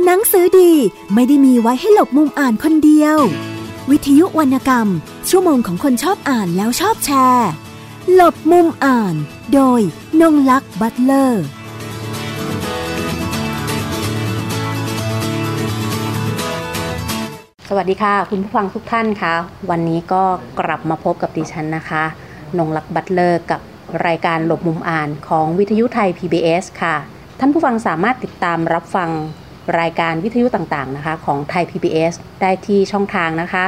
หนังสือดีไม่ได้มีไว้ให้หลบมุมอ่านคนเดียววิทยุวรรณกรรมชั่วโมงของคนชอบอ่านแล้วชอบแชร์หลบมุมอ่านโดยนงลักษณ์บัตเลอร์สวัสดีค่ะคุณผู้ฟังทุกท่านค่ะวันนี้ก็กลับมาพบกับดิฉันนะคะนงลักษณ์บัตเลอร์กับรายการหลบมุมอ่านของวิทยุไทย PBS ค่ะท่านผู้ฟังสามารถติดตามรับฟังรายการวิทยุต่างๆนะคะของไทย PBS ได้ที่ช่องทางนะคะ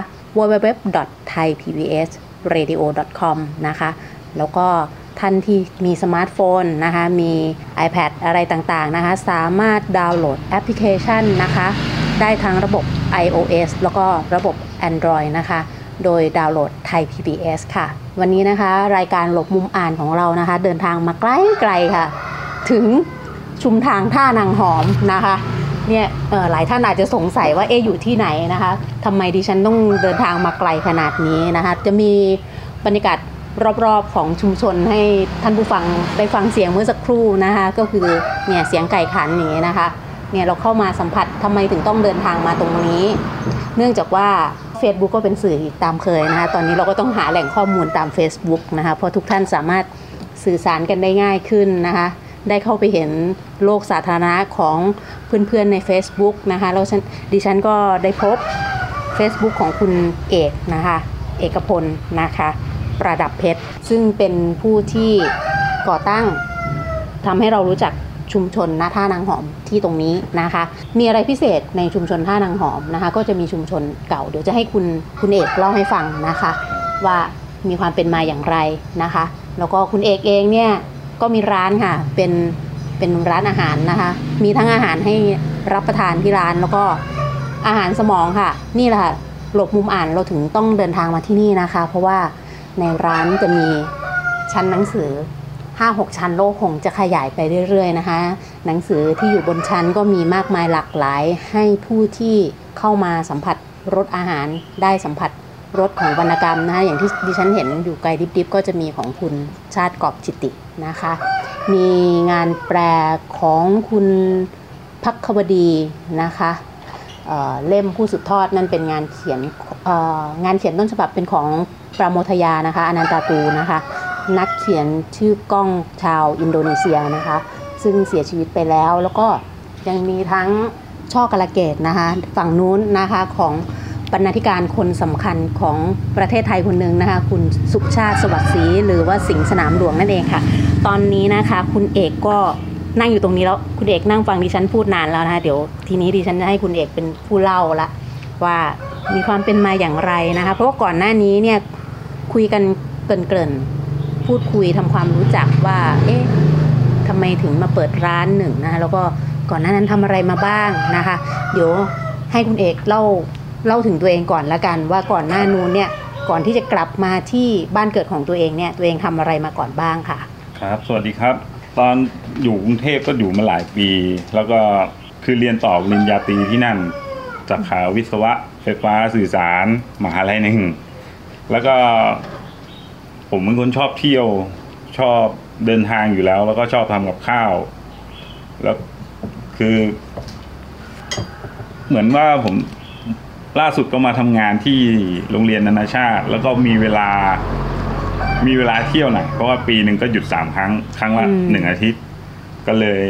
www.thaipbsradio.com นะคะแล้วก็ท่านที่มีสมาร์ทโฟนนะคะมี iPad อะไรต่างๆนะคะสามารถดาวน์โหลดแอปพลิเคชันนะคะได้ทั้งระบบ iOS แล้วก็ระบบ Android นะคะโดยดาวน์โหลดไทย PBS ค่ะวันนี้นะคะรายการหลบมุมอ่านของเรานะคะเดินทางมาไกลๆค่ะถึงชุมทางท่านางหอมนะคะเนี่ยหลายท่านอาจจะสงสัยว่าอยู่ที่ไหนนะคะทำไมดิฉันต้องเดินทางมาไกลขนาดนี้นะคะจะมีบรรยากาศรอบๆของชุมชนให้ท่านผู้ฟังได้ฟังเสียงเมื่อสักครู่นะคะก็คือเนี่ยเสียงไก่ขันอย่างนี้นะคะเนี่ยเราเข้ามาสัมผัสทำไมถึงต้องเดินทางมาตรงนี้เนื่องจากว่า Facebook ก็เป็นสื่อตามเคยนะคะตอนนี้เราก็ต้องหาแหล่งข้อมูลตาม Facebook นะคะเพราะทุกท่านสามารถสื่อสารกันได้ง่ายขึ้นนะคะได้เข้าไปเห็นโลกสาธารณะของเพื่อนๆใน Facebook นะคะแล้วดิฉันก็ได้พบ Facebook ของคุณเอกนะคะเอกพลนะคะประดับเพชรซึ่งเป็นผู้ที่ก่อตั้งทำให้เรารู้จักชุมชนณท่านางหอมที่ตรงนี้นะคะมีอะไรพิเศษในชุมชนท่านางหอมนะคะก็จะมีชุมชนเก่าเดี๋ยวจะให้คุณเอกเล่าให้ฟังนะคะว่ามีความเป็นมาอย่างไรนะคะแล้วก็คุณเอกเองเนี่ยก็มีร้านค่ะเป็นร้านอาหารนะคะมีทั้งอาหารให้รับประทานที่ร้านแล้วก็อาหารสมองค่ะนี่แหละค่ะหลบมุมอ่านเราถึงต้องเดินทางมาที่นี่นะคะเพราะว่าในร้านจะมีชั้นหนังสือ 5-6 ชั้นโลกคงจะขยายไปเรื่อยๆนะคะหนังสือที่อยู่บนชั้นก็มีมากมายหลากหลายให้ผู้ที่เข้ามาสัมผัสรสอาหารได้สัมผัสรสของวรรณกรรมนะคะอย่างที่ดิฉันเห็นอยู่ไกลดิบๆก็จะมีของคุณชาติกอบจิตตินะคะมีงานแปลของคุณภัควดีนะคะเล่มผู้สืบทอดนั่นเป็นงานเขียนต้นฉบับเป็นของปราโมทยานะคะอนันตาตูนะคะนักเขียนชื่อก้องชาวอินโดนีเซียนะคะซึ่งเสียชีวิตไปแล้วก็ยังมีทั้งช่อกาลเกตนะคะฝั่งนู้นนะคะของบรรณาธิการคนสำคัญของประเทศไทยคนหนึ่งนะคะคุณสุชาติสวัสดิ์ศรีหรือว่าสิงห์สนามหลวงนั่นเองค่ะตอนนี้นะคะคุณเอกก็นั่งอยู่ตรงนี้แล้วคุณเอกนั่งฟังดิฉันพูดนานแล้วนะคะเดี๋ยวทีนี้ดิฉันจะให้คุณเอกเป็นผู้เล่าละว่ามีความเป็นมาอย่างไรนะคะเพราะว่าก่อนหน้านี้เนี่ยคุยกันเกริ่นพูดคุยทำความรู้จักว่าทำไมถึงมาเปิดร้านหนึ่งนะคะแล้วก็ก่อนหน้านั้นทำอะไรมาบ้างนะคะเดี๋ยวให้คุณเอกเล่าถึงตัวเองก่อนละกันว่าก่อนหน้านู้นเนี่ยก่อนที่จะกลับมาที่บ้านเกิดของตัวเองเนี่ยตัวเองทำอะไรมาก่อนบ้างค่ะครับสวัสดีครับตอนอยู่กรุงเทพก็อยู่มาหลายปีแล้วก็คือเรียนต่อปริญญาตรีที่นั่นสาขาวิศวะไฟฟ้าสื่อสารมหาลัยหนึ่งแล้วก็ผมเป็นคนชอบเที่ยวชอบเดินทางอยู่แล้วก็ชอบทำกับข้าวแล้วคือเหมือนว่าผมล่าสุดก็มาทำงานที่โรงเรียนนานาชาติแล้วก็มีเวลาเที่ยวหน่อยเพราะว่าปีหนึ่งก็หยุด3 ครั้งละ1 อาทิตย์ก็เลย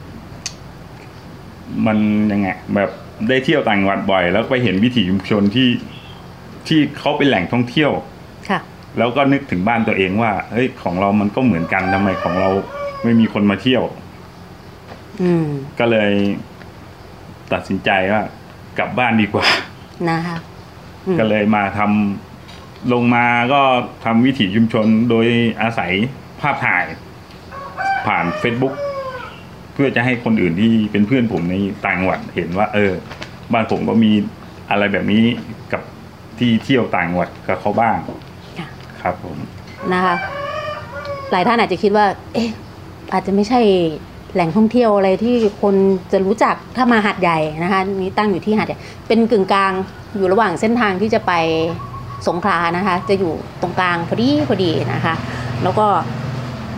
มันยังไงแบบได้เที่ยวต่างจังหวัดบ่อยแล้วไปเห็นวิถีชุมชนที่เขาเป็นแหล่งท่องเที่ยวแล้วก็นึกถึงบ้านตัวเองว่าเฮ้ยของเรามันก็เหมือนกันทำไมของเราไม่มีคนมาเที่ยวก็เลยตัดสินใจว่ากลับบ้านดีกว่านะคะก็เลยมาลงมาก็ทำวิถีชุมชนโดยอาศัยภาพถ่ายผ่าน Facebook เพื่อจะให้คนอื่นที่เป็นเพื่อนผมในต่างจังหวัดเห็นว่าบ้านผมก็มีอะไรแบบนี้กับที่เที่ยวต่างจังหวัดกับเขาบ้างครับผมนะคะหลายท่านอาจจะคิดว่าอาจจะไม่ใช่แหล่งท่องเที่ยวอะไรที่คนจะรู้จักถ้ามาหาดใหญ่นะคะนี่ตั้งอยู่ที่หาดใหญ่เป็นกึ่งกลางอยู่ระหว่างเส้นทางที่จะไปสงขลานะคะจะอยู่ตรงกลางพอดีนะคะแล้วก็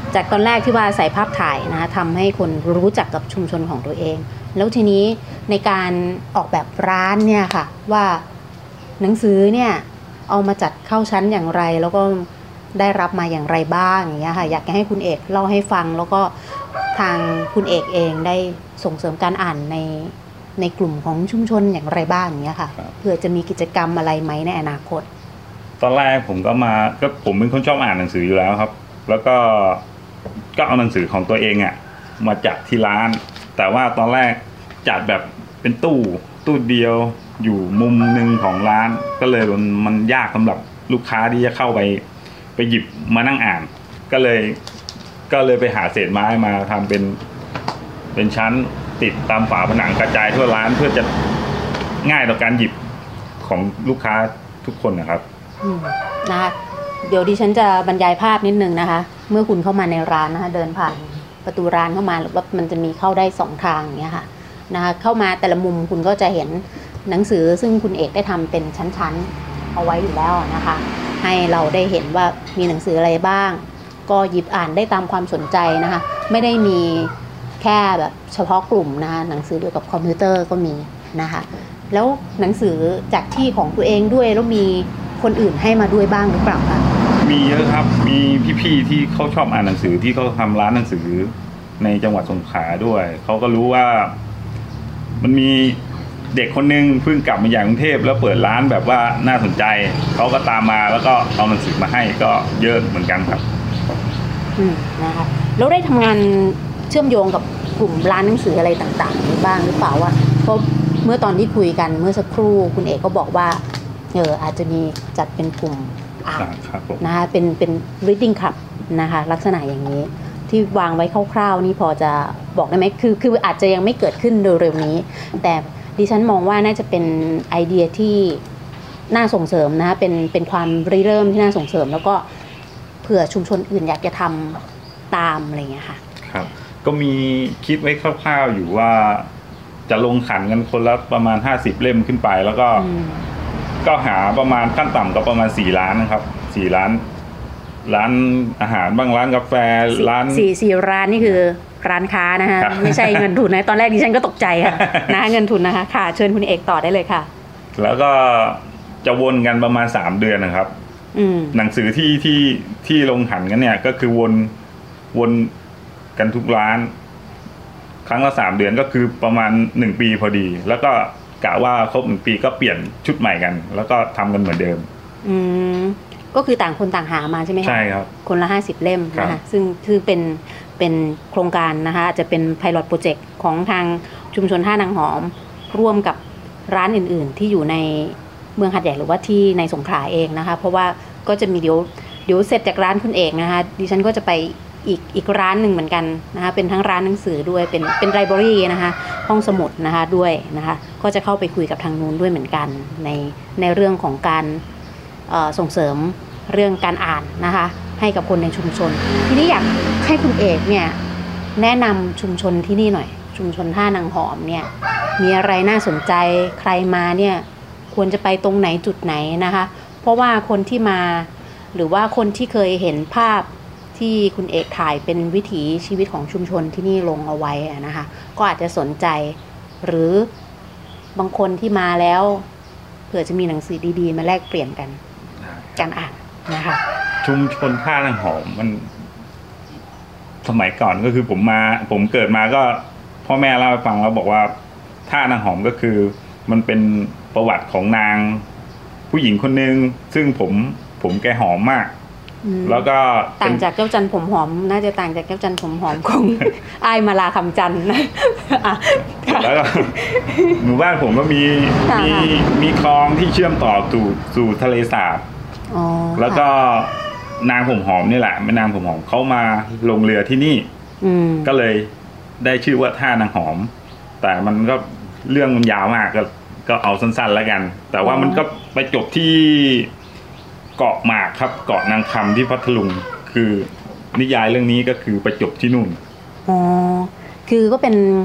จากตอนแรกที่ว่าใส่ภาพถ่ายนะคะทำให้คนรู้จักกับชุมชนของตัวเองแล้วทีนี้ในการออกแบบร้านเนี่ยค่ะว่าหนังสือเนี่ยเอามาจัดเข้าชั้นอย่างไรแล้วก็ได้รับมาอย่างไรบ้างอย่างเงี้ยค่ะอยากให้คุณเอกเล่าให้ฟังแล้วก็ทางคุณเอกเองได้ส่งเสริมการอ่านในกลุ่มของชุมชนอย่างไรบ้างอย่างเงี้ยค่ะเพื่อจะมีกิจกรรมอะไรไหมในอนาคตตอนแรกผมก็ผมเป็นคนชอบอ่านหนังสืออยู่แล้วครับแล้วก็เอาหนังสือของตัวเองอ่ะมาจัดที่ร้านแต่ว่าตอนแรกจัดแบบเป็นตู้เดียวอยู่มุมนึงของร้านก็เลยมันยากสำหรับลูกค้าที่จะเข้าไปหยิบมานั่งอ่านก็เลยไปหาเศษไม้มาทำเป็นชั้นติดตามฝาผนังกระจายทั่วร้านเพื่อจะง่ายต่อการหยิบของลูกค้าทุกคนนะครับนะคะเดี๋ยวดิฉันจะบรรยายภาพนิดนึงนะคะเมื่อคุณเข้ามาในร้านนะคะเดินผ่านประตูร้านเข้ามาหรือว่ามันจะมีเข้าได้2ทางอย่างเงี้ยค่ะนะคะเข้ามาแต่ละมุมคุณก็จะเห็นหนังสือซึ่งคุณเอกได้ทำเป็นชั้นๆเอาไว้อยู่แล้วนะคะให้เราได้เห็นว่ามีหนังสืออะไรบ้างก็หยิบอ่านได้ตามความสนใจนะคะไม่ได้มีแค่แบบเฉพาะกลุ่มนะคะหนังสือเกี่ยวกับคอมพิวเตอร์ก็มีนะคะแล้วหนังสือจากที่ของตัวเองด้วยแล้วมีคนอื่นให้มาด้วยบ้างหรือเปล่าคะมีเยอะครับมีพี่ๆที่เขาชอบอ่านหนังสือที่เขาทำร้านหนังสือในจังหวัดสงขลาด้วยเขาก็รู้ว่ามันมีเด็กคนนึงเพิ่งกลับมาจากกรุงเทพแล้วเปิดร้านแบบว่าน่าสนใจเขาก็ตามมาแล้วก็เอาหนังสือมาให้ก็เยอะเหมือนกันครับนะคะแล้วได้ทำงานเชื่อมโยงกับกลุ่มร้านหนังสืออะไรต่างๆบ้างหรือเปล่าว่าเพราะเมื่อตอนที่คุยกันเมื่อสักครู่คุณเอกก็บอกว่าอาจจะมีจัดเป็นกลุ่มอ่านนะคะเป็น reading club นะคะลักษณะอย่างนี้ที่วางไว้คร่าวๆนี่พอจะบอกได้ไหมคืออาจจะยังไม่เกิดขึ้นเร็วๆนี้แต่ดิฉันมองว่าน่าจะเป็นไอเดียที่น่าส่งเสริมนะคะเป็นความริเริ่มที่น่าส่งเสริมแล้วก็เผื่อชุมชนอื่นอยากจะทำตามอะไรอย่างเงี้ยค่ะครับก็มีคิดไว้คร่าวๆอยู่ว่าจะลงขันกันคนละประมาณ50เล่มขึ้นไปแล้วก็หาประมาณขั้นต่ำก็ประมาณ4ร้านนะครับ4ร้านอาหารบ้างร้านกาแฟร้าน 4ร้านนี่คือร้านค้านะคะไม่ใช่เงินทุนนะตอนแรกดิฉันก็ตกใจค่ะนะเงินทุนนะคะค่ะเชิญคุณเอกต่อได้เลยค่ะแล้วก็จะวนกันประมาณ3เดือนนะครับหนังสือที่ลงขันกันเนี่ยก็คือวนกันทุกร้านครั้งละ3เดือนก็คือประมาณ1ปีพอดีแล้วก็กะว่าครบ1ปีก็เปลี่ยนชุดใหม่กันแล้วก็ทำกันเหมือนเดิมก็คือต่างคนต่างหามาใช่ไหมคะใช่ครับคนละ50เล่มนะคะซึ่งคือเป็นโครงการนะคะจะเป็น Pilot Project ของทางชุมชนท่านางหอมร่วมกับร้านอื่นๆที่อยู่ในเมืองหาดใหญ่หรือว่าที่ในสงขลาเองนะคะเพราะว่าก็จะมีเดี๋ยวเสร็จจากร้านคุณเอกนะคะดิฉันก็จะไปอีกร้านหนึ่งเหมือนกันนะคะเป็นทั้งร้านหนังสือด้วยเป็นไลบรารีนะคะห้องสมุดนะคะด้วยนะคะก็จะเข้าไปคุยกับทางนู้นด้วยเหมือนกันในเรื่องของการส่งเสริมเรื่องการอ่านนะคะให้กับคนในชุมชนทีนี้อยากให้คุณเอกเนี่ยแนะนำชุมชนที่นี่หน่อยชุมชนท่านางหอมเนี่ยมีอะไรน่าสนใจใครมาเนี่ยควรจะไปตรงไหนจุดไหนนะคะเพราะว่าคนที่มาหรือว่าคนที่เคยเห็นภาพที่คุณเอกถ่ายเป็นวิถีชีวิตของชุมชนที่นี่ลงเอาไว้นะคะก็อาจจะสนใจหรือบางคนที่มาแล้วเผื่อจะมีหนังสือดีๆมาแลกเปลี่ยนกันการอ่านนะคะชุมชนท่านางหอมมันสมัยก่อนก็คือผมเกิดมาก็พ่อแม่เล่าให้ฟังแล้วบอกว่าท่านางหอมก็คือมันเป็นประวัติของนางผู้หญิงคนนึงซึ่งผมแกหอมมากแล้วก็ต่างจากเจ้าจันผมหอมน่าจะต่างจากเจ้าจันผมหอมของอ้ายมาลาคำจันนะแล้วก็หมู่บ้านผมก็มีคลองที่เชื่อมต่อสู่ทะเลสาบแล้วก็นางผมหอมนี่แหละแม่นางผมหอมเขามาลงเรือที่นี่ก็เลยได้ชื่อว่าท่านางหอมแต่มันก็เรื่องมันยาวมากก็เอาสั้นๆแล้วกันแต่ว่ามันก็ไปจบที่เกาะหมากครับเกาะนางคำที่พัทลุงคือนิยายเรื่องนี้ก็คือไปจบที่นู่นคือก็เป็น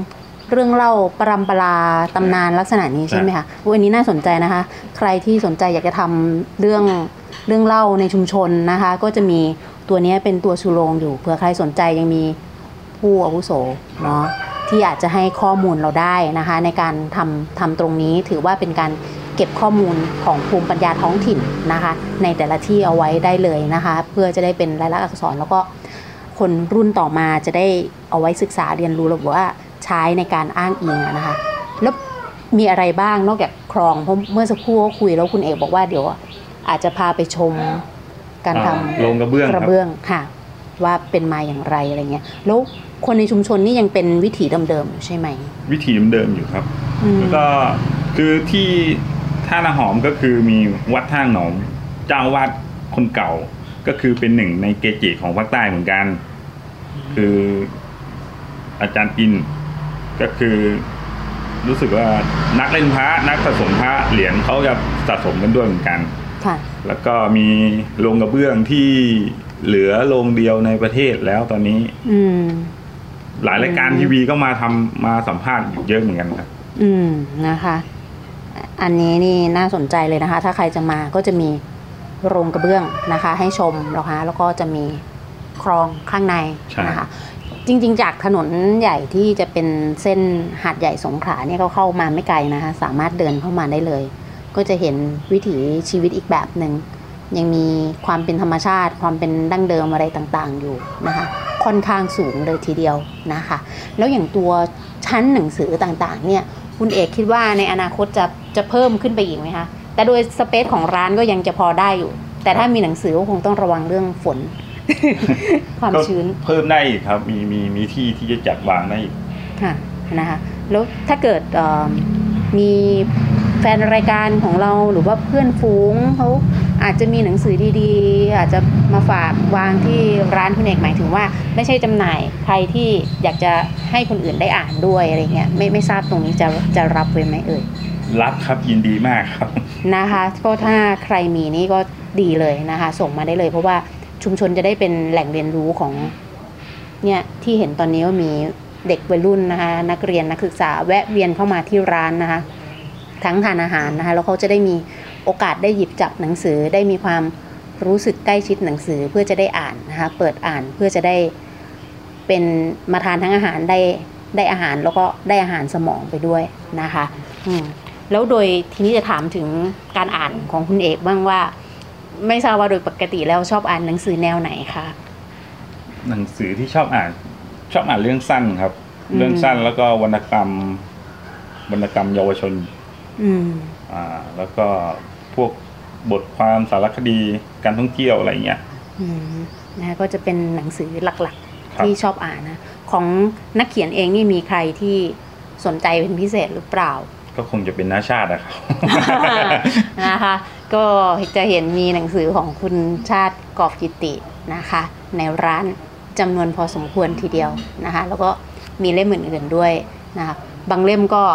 เรื่องเล่าปรำปราตำนานลักษณะนี้ใช่ไหมคะวันนี้น่าสนใจนะคะใครที่สนใจอยากจะทำเรื่องเล่าในชุมชนนะคะก็จะมีตัวนี้เป็นตัวชูโรงอยู่เผื่อใครสนใจยังมีผู้อาวุโสเนาะที่อาจจะให้ข้อมูลเราได้นะคะในการทำตรงนี้ถือว่าเป็นการเก็บข้อมูลของภูมิปัญญาท้องถิ่นนะคะในแต่ละที่เอาไว้ได้เลยนะคะเพื่อจะได้เป็นลายลักษณ์อักษรแล้วก็คนรุ่นต่อมาจะได้เอาไว้ศึกษาเรียนรู้หรือว่าใช้ในการอ้างอิงนะคะแล้วมีอะไรบ้างนอกจากคลองเพราะเมื่อสักครู่ก็คุยแล้วคุณเอกบอกว่าเดี๋ยวอาจจะพาไปชมการทำโรงกระเบื้องค่ะว่าเป็นมาอย่างไรอะไรเงี้ยแล้วคนในชุมชนนี่ยังเป็นวิถีเดิมๆอยู่ใช่ไหมวิถีเดิมๆอยู่ครับแล้วก็คือที่ท่านาหอมก็คือมีวัดท่าหนอมเจ้าวาดคนเก่าก็คือเป็นหนึ่งในเกจิของภาคใต้เหมือนกันคืออาจารย์ปินก็คือรู้สึกว่านักเล่นพระนักสะสมพระเหรียญเขาจะสะสมกันด้วยเหมือนกันแล้วก็มีโรงกระเบื้องที่เหลือโรงเดียวในประเทศแล้วตอนนี้หลายรายการทีวีก็มาสัมภาษณ์เยอะเหมือนกันครับนะคะอันนี้นี่น่าสนใจเลยนะคะถ้าใครจะมาก็จะมีโรงกระเบื้องนะคะให้ชมนะคะแล้วก็จะมีคลองข้างในนะคะจริงๆจากถนนใหญ่ที่จะเป็นเส้นหาดใหญ่สงขลาเนี่ยก็เข้ามาไม่ไกลนะคะสามารถเดินเข้ามาได้เลยก็จะเห็นวิถีชีวิตอีกแบบหนึ่งยังมีความเป็นธรรมชาติความเป็นดั้งเดิมอะไรต่างๆอยู่นะคะค่อนข้างสูงเลยทีเดียวนะคะแล้วอย่างตัวชั้นหนังสือต่างๆเนี่ยคุณเอกคิดว่าในอนาคตจะเพิ่มขึ้นไปอีกไหมคะแต่โดยสเปซของร้านก็ยังจะพอได้อยู่แต่ถ้ามีหนังสือก็คงต้องระวังเรื่องฝน ความชื้นเพิ่มได้อีกครับมีที่จะจัดวางได้อีกค่ะนะคะแล้วถ้าเกิดมีแฟนรายการของเราหรือว่าเพื่อนฝูงเขาอาจจะมีหนังสือดีๆอาจจะมาฝากวางที่ร้านคุณเอกหมายถึงว่าไม่ใช่จำหน่ายใครที่อยากจะให้คนอื่นได้อ่านด้วยอะไรเงี้ยไม่ทราบตรงนี้จะรับไว้ไหมเอ่ยรับครับยินดีมากครับนะคะก็ถ้าใครมีนี่ก็ดีเลยนะคะส่งมาได้เลยเพราะว่าชุมชนจะได้เป็นแหล่งเรียนรู้ของเนี่ยที่เห็นตอนนี้ว่ามีเด็กวัยรุ่นนะคะนักเรียนนักศึกษาแวะเวียนเข้ามาที่ร้านนะคะทั้งทานอาหารนะคะแล้วเขาจะได้มีโอกาสได้หยิบจับหนังสือได้มีความรู้สึกใกล้ชิดหนังสือเพื่อจะได้อ่านนะคะเปิดอ่านเพื่อจะได้เป็นมาทานทั้งอาหารได้อาหารแล้วก็ได้อาหารสมองไปด้วยนะคะแล้วโดยทีนี้จะถามถึงการอ่านของคุณเอกบ้างว่าไม่ทราบว่าโดยปกติแล้วชอบอ่านหนังสือแนวไหนคะหนังสือที่ชอบอ่านเรื่องสั้นครับเรื่องสั้นแล้วก็วรรณกรรมเยาวชนแล้วก็พวกบทความสารคดีการท่องเที่ยวอะไรเงี้ยนะก็จะเป็นหนังสือหลักๆที่ชอบอ่านนะของนักเขียนเองนี่มีใครที่สนใจเป็นพิเศษหรือเปล่าก็คงจะเป็นน้าชาตินะครับนะคะก็จะเห็นมีหนังสือของคุณชาติกอบกิตินะคะในร้านจำนวนพอสมควรทีเดียวนะคะแล้วก็มีเล่มอื่นๆด้วยนะคะบางเล่มก็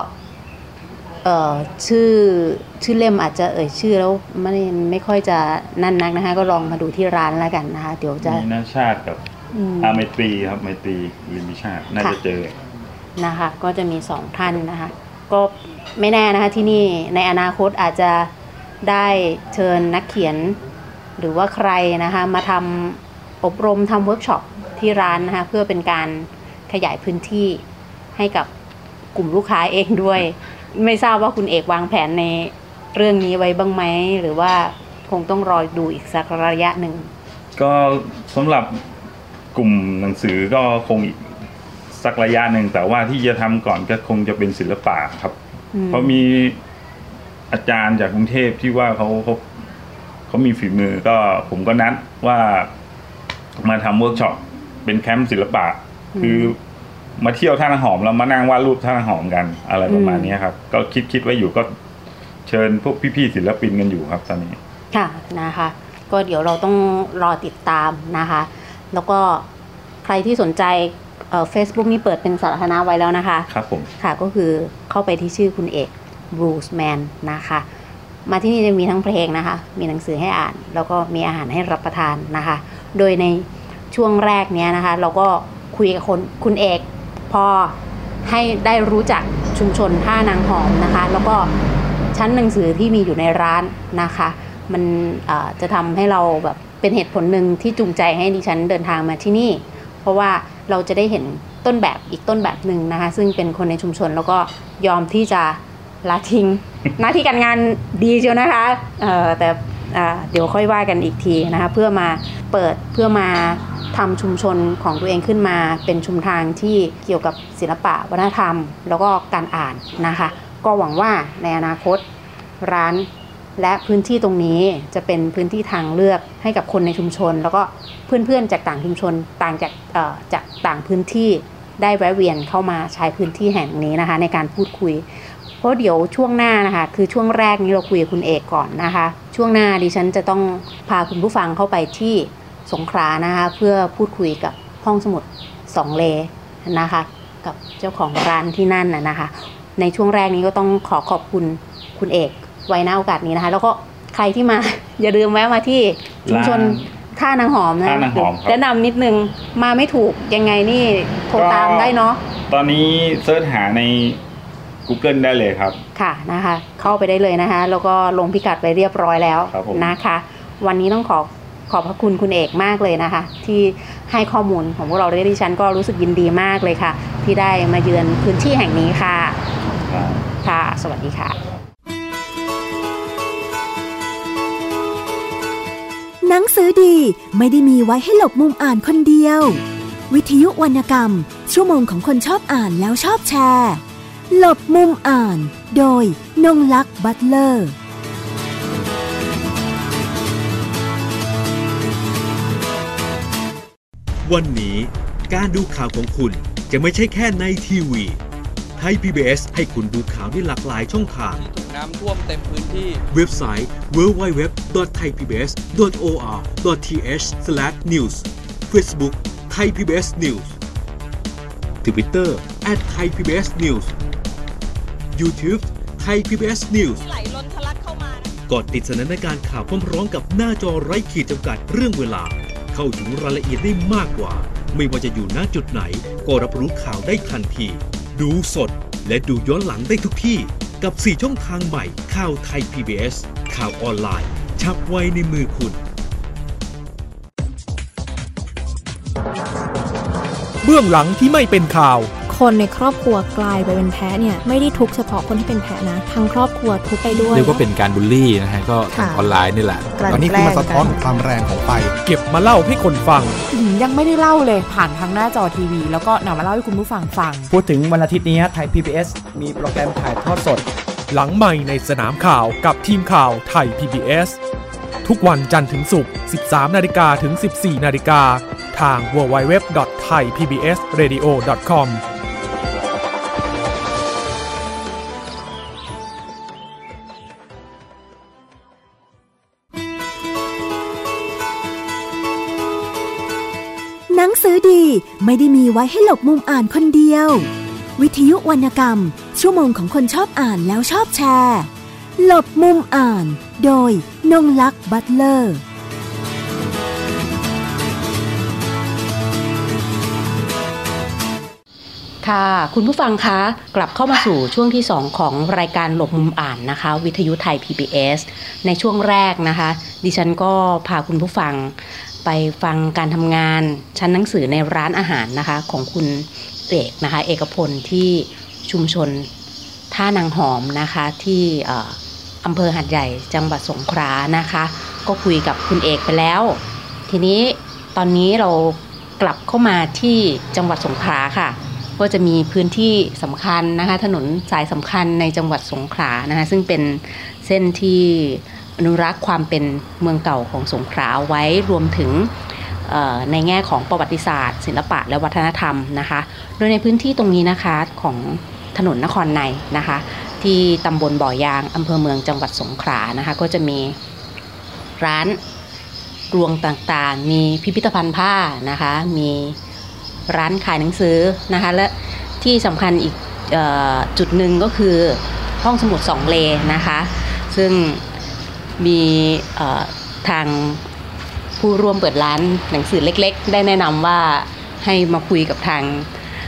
ชื่อเล่มอาจจะชื่อแล้วไม่ค่อยจะนั่นนักนะคะก็ลองมาดูที่ร้านแล้วกันนะคะเดี๋ยวจะมีน้าชาติกับไมตรีครับไมตรีลิมพิชาติน่าจะเจอนะคะก็จะมี2ท่านนะคะก็ไม่แน่นะคะที่นี่ในอนาคตอาจจะได้เชิญนักเขียนหรือว่าใครนะคะมาทำอบรมทำเวิร์กช็อปที่ร้านนะคะเพื่อเป็นการขยายพื้นที่ให้กับกลุ่มลูกค้าเองด้วยไม่ทราบว่าคุณเอกวางแผนในเรื่องนี้ไว้บ้างไหมหรือว่าคงต้องรอดูอีกสักระยะหนึ่งก็สำหรับกลุ่มหนังสือก็คงอีกสักระยะหนึ่งแต่ว่าที่จะทำก่อนก็คงจะเป็นศิลปะครับเพราะมีอาจารย์จากกรุงเทพที่ว่าเขามีฝีมือก็ผมก็นัดว่ามาทำเวิร์กช็อปเป็นแคมป์ศิลปะคือมาเที่ยวท่าน้ำหอมแล้วมานั่งวาดรูปท่าน้ำหอมกันอะไรประมาณนี้ครับก็คิดไว้อยู่ก็เชิญพวกพี่ๆศิลปินกันอยู่ครับตอนนี้ค่ะนะคะก็เดี๋ยวเราต้องรอติดตามนะคะแล้วก็ใครที่สนใจFacebook นี่เปิดเป็นสาธารณะไว้แล้วนะคะครับผมค่ะก็คือเข้าไปที่ชื่อคุณเอกบรูซแมนนะคะมาที่นี่จะมีทั้งเพลงนะคะมีหนังสือให้อ่านแล้วก็มีอาหารให้รับประทานนะคะโดยในช่วงแรกเนี้ยนะคะเราก็คุยกับคุณเอกพอให้ได้รู้จักชุมชนท่านางหอมนะคะแล้วก็ชั้นหนังสือที่มีอยู่ในร้านนะคะมันจะทำให้เราแบบเป็นเหตุผลหนึ่งที่จูงใจให้ดิฉันเดินทางมาที่นี่เพราะว่าเราจะได้เห็นต้นแบบอีกต้นแบบหนึ่งนะคะซึ่งเป็นคนในชุมชนแล้วก็ยอมที่จะละทิ้ง หน้าที่การงานดีเชียวนะคะแต่เดี๋ยวค่อยว่ากันอีกทีนะคะเพื่อมาเปิดเพื่อมาทำชุมชนของตัวเองขึ้นมาเป็นชุมทางที่เกี่ยวกับศิลปะวัฒนธรรมแล้วก็การอ่านนะคะก็หวังว่าในอนาคตร้านและพื้นที่ตรงนี้จะเป็นพื้นที่ทางเลือกให้กับคนในชุมชนแล้วก็เพื่อนๆจากต่างชุมชนต่างจากต่างพื้นที่ได้แวะเวียนเข้ามาใช้พื้นที่แห่งนี้นะคะในการพูดคุยเพราะเดี๋ยวช่วงหน้านะคะคือช่วงแรกนี้เราคุยกับคุณเอกก่อนนะคะช่วงหน้าดิฉันจะต้องพาคุณผู้ฟังเข้าไปที่สงขลานะคะเพื่อพูดคุยกับห้องสมุด2เลนะคะกับเจ้าของร้านที่นั่นนะคะในช่วงแรกนี้ก็ต้องขอบคุณคุณเอกไว้ณโอกาสนี้นะคะแล้วก็ใครที่มา อย่าลืมแวะมาที่ชุมชนท่านางหอมนะแนะนำนิดนึงมาไม่ถูกยังไงนี่โทรตามได้เนาะตอนนี้เสิร์ชหาใน Google ได้เลยครับค่ะนะคะเข้าไปได้เลยนะคะแล้วก็ลงพิกัดไปเรียบร้อยแล้วนะคะวันนี้ต้องขอบพระคุณคุณเอกมากเลยนะคะที่ให้ข้อมูลของพวกเราด้วยดิฉันก็รู้สึกยินดีมากเลยค่ะที่ได้มาเยือนพื้นที่แห่งนี้ค่ะค่ะสวัสดีค่ะหนังสือดีไม่ได้มีไว้ให้หลบมุมอ่านคนเดียววิทยุวรรณกรรมชั่วโมงของคนชอบอ่านแล้วชอบแชร์หลบมุมอ่านโดยนงลักษณ์บัตเลอร์วันนี้การดูข่าวของคุณจะไม่ใช่แค่ในทีวีไทย PBS ให้คุณดูข่าวได้หลากหลายช่องทางถูกน้ำท่วมเต็มพื้นที่เว็บไซต์ www.thaipbs.or.th/news Facebook Thai PBS News Twitter @thaipbsnews YouTube Thai PBS News ไหลล้นทะลักเข้ามานะกดติดสนันการข่าวพร้อมๆกับหน้าจอไร้ขีดจำกัดเรื่องเวลาเข้าถึงรายละเอียดได้มากกว่าไม่ว่าจะอยู่ณจุดไหนก็รับรู้ข่าวได้ทันทีดูสดและดูย้อนหลังได้ทุกที่กับ4ช่องทางใหม่ข่าวไทย PBS ข่าวออนไลน์ฉับไวในมือคุณเบื้องหลังที่ไม่เป็นข่าวคนในครอบครัวกลายไปเป็นแพ้เนี่ยไม่ได้ทุกเฉพาะคนที่เป็นแพ้นะทั้งครอบครัวทุกไปด้วยเรียกว่าเป็นการบูลลี่นะฮะก็ทางออนไลน์นี่แหละตอนนี้คือมาสะท้อนความแรงของไฟเก็บมาเล่าให้คนฟังยังไม่ได้เล่าเลยผ่านทางหน้าจอทีวีแล้วก็นำมาเล่าให้คุณผู้ฟังฟังพูดถึงวันอาทิตย์นี้ไทย PBS มีโปรแกรมถ่ายทอดสดหลังไมค์ในสนามข่าวกับทีมข่าวไทย PBS ทุกวันจันทร์ถึงศุกร์ 13:00 นถึง 14:00 นทาง www.thaipbsradio.com หนังสือดีไม่ได้มีไว้ให้หลบมุมอ่านคนเดียววิทยุวรรณกรรมชั่วโมงของคนชอบอ่านแล้วชอบแชร์หลบมุมอ่านโดยนงลักษณ์บัตเลอร์ค่ะคุณผู้ฟังคะกลับเข้ามาสู่ช่วงที่2ของรายการหลบมุมอ่านนะคะวิทยุไทย PBS ในช่วงแรกนะคะดิฉันก็พาคุณผู้ฟังไปฟังการทำงานชั้นหนังสือในร้านอาหารนะคะของคุณเอกนะคะเอกพลที่ชุมชนท่านางหอมนะคะที่อำเภอหาดใหญ่จังหวัดสงขลานะคะก็คุยกับคุณเอกไปแล้วทีนี้ตอนนี้เรากลับเข้ามาที่จังหวัดสงขลาค่ะก็จะมีพื้นที่สำคัญนะคะถนนสายสำคัญในจังหวัดสงขลานะคะซึ่งเป็นเส้นที่อนุรักษ์ความเป็นเมืองเก่าของสงขลาไว้รวมถึงในแง่ของประวัติศาสตร์ศิลปะและวัฒนธรรมนะคะโดยในพื้นที่ตรงนี้นะคะของถนนนครในนะคะที่ตำบลบ่อยางอำเภอเมืองจังหวัดสงขลานะคะก็จะมีร้านรวงต่างๆมีพิพิธภัณฑ์ผ้านะคะมีร้านขายหนังสือนะคะและที่สำคัญอีกจุดหนึ่งก็คือห้องสมุด2เลนะคะซึ่งมีทางผู้ร่วมเปิดร้านหนังสือเล็กๆได้แนะนำว่าให้มาคุยกับทางผ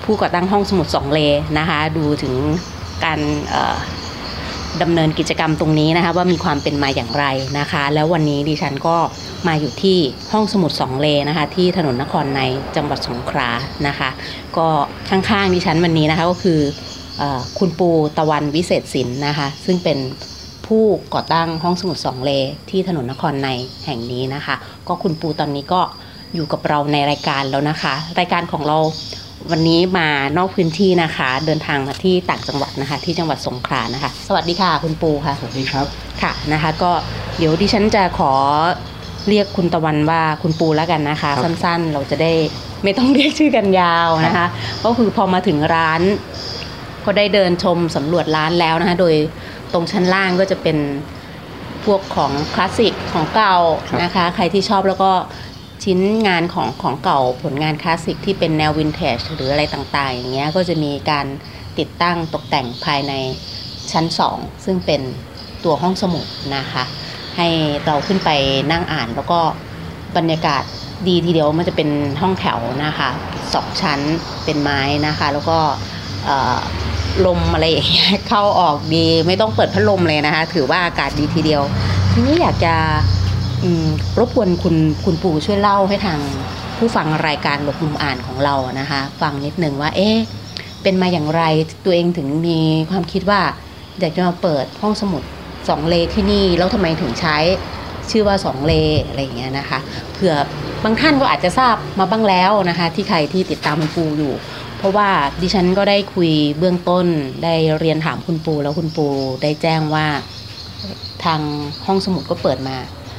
ผู้ก่อตั้งห้องสมุด2เลนะคะดูถึงการดำเนินกิจกรรมตรงนี้นะคะว่ามีความเป็นมาอย่างไรนะคะแล้ววันนี้ดิฉันก็มาอยู่ที่ห้องสมุด2เลนะคะที่ถนนนครในจังหวัดสงขลานะคะก็ข้างๆดิฉันวันนี้นะคะก็คือคุณปูตะวันวิเศษศิลป์นะคะซึ่งเป็นผู้ก่อตั้งห้องสมุด2เลที่ถนนนครในแห่งนี้นะคะก็คุณปูตอนนี้ก็อยู่กับเราในรายการแล้วนะคะรายการของเราวันนี้มานอกพื้นที่นะคะเดินทางมาที่ต่างจังหวัดนะคะที่จังหวัดสงขลานะคะสวัสดีค่ะคุณปูค่ะสวัสดีครับค่ะนะคะก็เดี๋ยวดิฉันจะขอเรียกคุณตะวันว่าคุณปูแล้วกันนะคะสั้นๆเราจะได้ไม่ต้องเรียกชื่อกันยาวนะคะก็คือพอมาถึงร้านก็ได้เดินชมสำรวจร้านแล้วนะคะโดยตรงชั้นล่างก็จะเป็นพวกของคลาสสิกของเก่านะคะใครที่ชอบแล้วก็ชิ้นงานของเก่าผลงานคลาสสิกที่เป็นแนววินเทจหรืออะไรต่างๆอย่างเงี้ยก็จะมีการติดตั้งตกแต่งภายในชั้น2ซึ่งเป็นตัวห้องสมุดนะคะให้เราขึ้นไปนั่งอ่านแล้วก็บรรยากาศดีทีเดียวมันจะเป็นห้องแถวนะคะ2ชั้นเป็นไม้นะคะแล้วก็ลมอะไรอย่างเงี้ยเข้าออกดีไม่ต้องเปิดพัดลมเลยนะคะถือว่าอากาศดีทีเดียวทีนี้อยากจะรบกวนคุณปู่ช่วยเล่าให้ทางผู้ฟังรายการหลบมุมอ่านของเรานะคะฟังนิดนึงว่าเป็นมาอย่างไรตัวเองถึงมีความคิดว่าอยากจะมาเปิดห้องสมุด2เลที่นี่แล้วทำไมถึงใช้ชื่อว่า2เลอะไรอย่างเงี้ยนะคะเผื่อบางท่านก็อาจจะทราบมาบ้างแล้วนะคะที่ใครที่ติดตามคุณปู่อยู่เพราะว่าดิฉันก็ได้คุยเบื้องต้นได้เรียนถามคุณปู่แล้วคุณปู่ได้แจ้งว่าทางห้องสมุดก็เปิดมา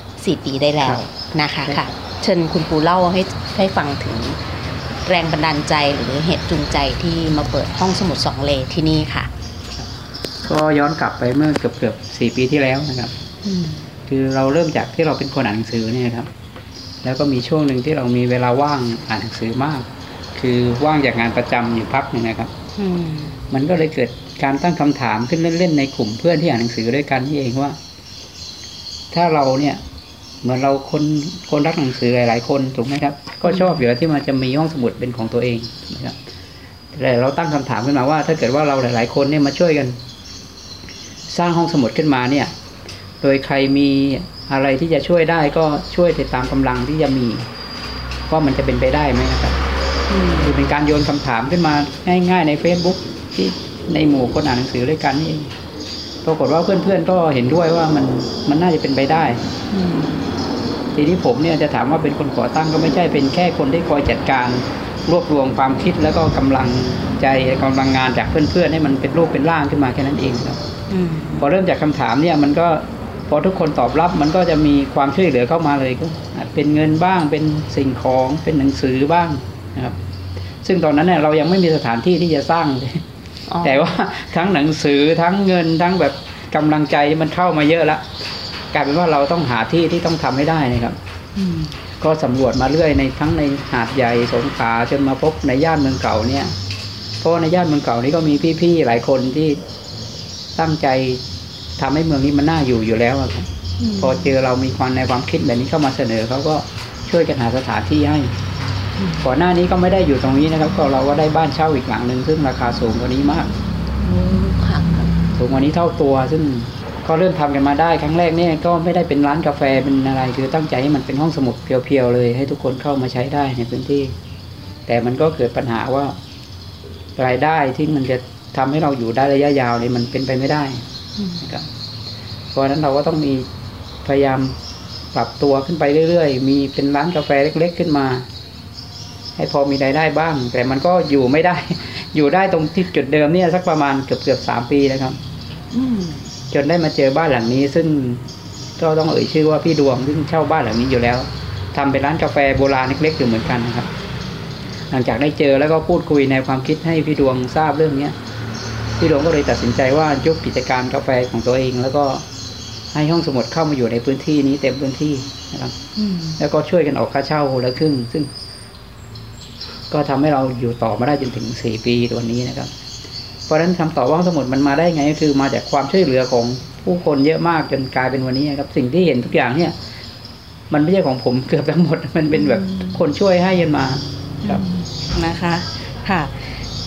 4 ปีได้แล้วนะคะค่ะเชิญคุณปู่เล่าให้ฟังถึงแรงบันดาลใจหรือเหตุจูงใจที่มาเปิดห้องสมุด2เลที่นี่ค่ะก็ย้อนกลับไปเมื่อเกือบ4 ปีที่แล้วนะครับคือเราเริ่มจากที่เราเป็นคนอ่านหนังสือเนี่ยครับแล้วก็มีช่วงหนึ่งที่เรามีเวลาว่างอ่านหนังสือมากคือว่างจากงานประจำอยู่พักนึงนะครับมันก็เลยเกิดการตั้งคำถามขึ้นเล่นๆในกลุ่มเพื่อนที่อ่านหนังสือด้วยกันนี่เองว่าถ้าเราเนี่ยเหมือนเราคนรักหนังสือหลายๆคนถูกไหมครับก็ชอบอยู่แล้วที่มันจะมีห้องสมุดเป็นของตัวเองนะครับแต่เราตั้งคำถามขึ้นมาว่าถ้าเกิดว่าเราหลายๆคนเนี่ยมาช่วยกันสร้างห้องสมุดขึ้นมาเนี่ยโดยใครมีอะไรที่จะช่วยได้ก็ช่วยติดตามกำลังที่จะมีว่ามันจะเป็นไปได้ไหมนะครับคือเป็นการโยนคำถามขึ้นมาง่ายๆใน Facebook ที่ในหมู่คนอ่านหนังสือด้วยกันนี่เองปรากฏว่าเพื่อนๆก็เห็นด้วยว่ามันน่าจะเป็นไปได้ทีนี้ผมเนี่ยจะถามว่าเป็นคนก่อตั้งก็ไม่ใช่เป็นแค่คนที่คอยจัดการรวบรวมความคิดแล้วก็กำลังใจกำลังงานจากเพื่อนๆให้มันเป็นรูปเป็นร่างขึ้นมาแค่นั้นเองครับพอเริ่มจากคำถามเนี่ยมันก็พอทุกคนตอบรับมันก็จะมีความช่วยเหลือเข้ามาเลยก็เป็นเงินบ้างเป็นสิ่งของเป็นหนังสือบ้างนะครับซึ่งตอนนั้นเนี่ยเรายังไม่มีสถานที่ที่จะสร้างแต่ว่าทั้งหนังสือทั้งเงินทั้งแบบกำลังใจมันเข้ามาเยอะแล้วกลายเป็นว่าเราต้องหาที่ที่ต้องทำให้ได้นะครับก็สำรวจมาเรื่อยในทั้งในหาดใหญ่สงขลาจนมาพบในย่านเมืองเก่าเนี่ยเพราะในย่านเมืองเก่านี้ก็มีพี่ๆหลายคนที่ตั้งใจทำให้เมืองนี้มันน่าอยู่แล้วครับพอเจอเรามีความในความคิดแบบนี้เข้ามาเสนอเขาก็ช่วยกันหาสถานที่ให้ก่อนหน้านี้ก็ไม่ได้อยู่ตรงนี้นะครับก็เราก็ได้บ้านเช่าอีกหลังนึงซึ่งราคาสูงกว่านี้มากสูงกว่านี้เท่าตัวซึ่งก็เริ่มทำกันมาได้ครั้งแรกเนี่ยก็ไม่ได้เป็นร้านกาแฟเป็นอะไรคือตั้งใจให้มันเป็นห้องสมุดเพียวๆเลยให้ทุกคนเข้ามาใช้ได้ในพื้นที่แต่มันก็เกิดปัญหาว่ารายได้ที่มันจะทำให้เราอยู่ได้ระยะยาวเนี่ยมันเป็นไปไม่ได้นะครับเพราะฉะนั้นเราก็ต้องมีพยายามปรับตัวขึ้นไปเรื่อยๆมีเป็นร้านกาแฟเล็กๆขึ้นมาให้พอมีรายได้บ้างแต่มันก็อยู่ไม่ได้อยู่ได้ตรงที่จุดเดิมเนี่ยสักประมาณเกือบ3 ปีนะครับจนได้มาเจอบ้านหลังนี้ซึ่งก็ต้องเอ่ยชื่อว่าพี่ดวงซึ่งเช่าบ้านหลังนี้อยู่แล้วทำเป็นร้านกาแฟโบราณเล็กๆอยู่เหมือนกันนะครับหลังจากได้เจอแล้วก็พูดคุยในความคิดให้พี่ดวงทราบเรื่องนี้พี่ดวงก็เลยตัดสินใจว่ายุบกิจการกาแฟของตัวเองแล้วก็ให้ห้องสมุดเข้ามาอยู่ในพื้นที่นี้เต็มพื้นที่นะครับแล้วก็ช่วยกันออกค่าเช่าคนละครึ่งซึ่งก็ทำให้เราอยู่ต่อมาได้จนถึง4 ปีตัวนี้นะครับเพราะฉะนั้นคำตอบว่าห้องสมุดมันมาได้ไงก็คือมาจากความช่วยเหลือของผู้คนเยอะมากจนกลายเป็นวันนี้ครับสิ่งที่เห็นทุกอย่างเนี่ยมันไม่ใช่ของผมเกือบทั้งหมดมันเป็นแบบคนช่วยให้กันมาครับนะคะค่ะ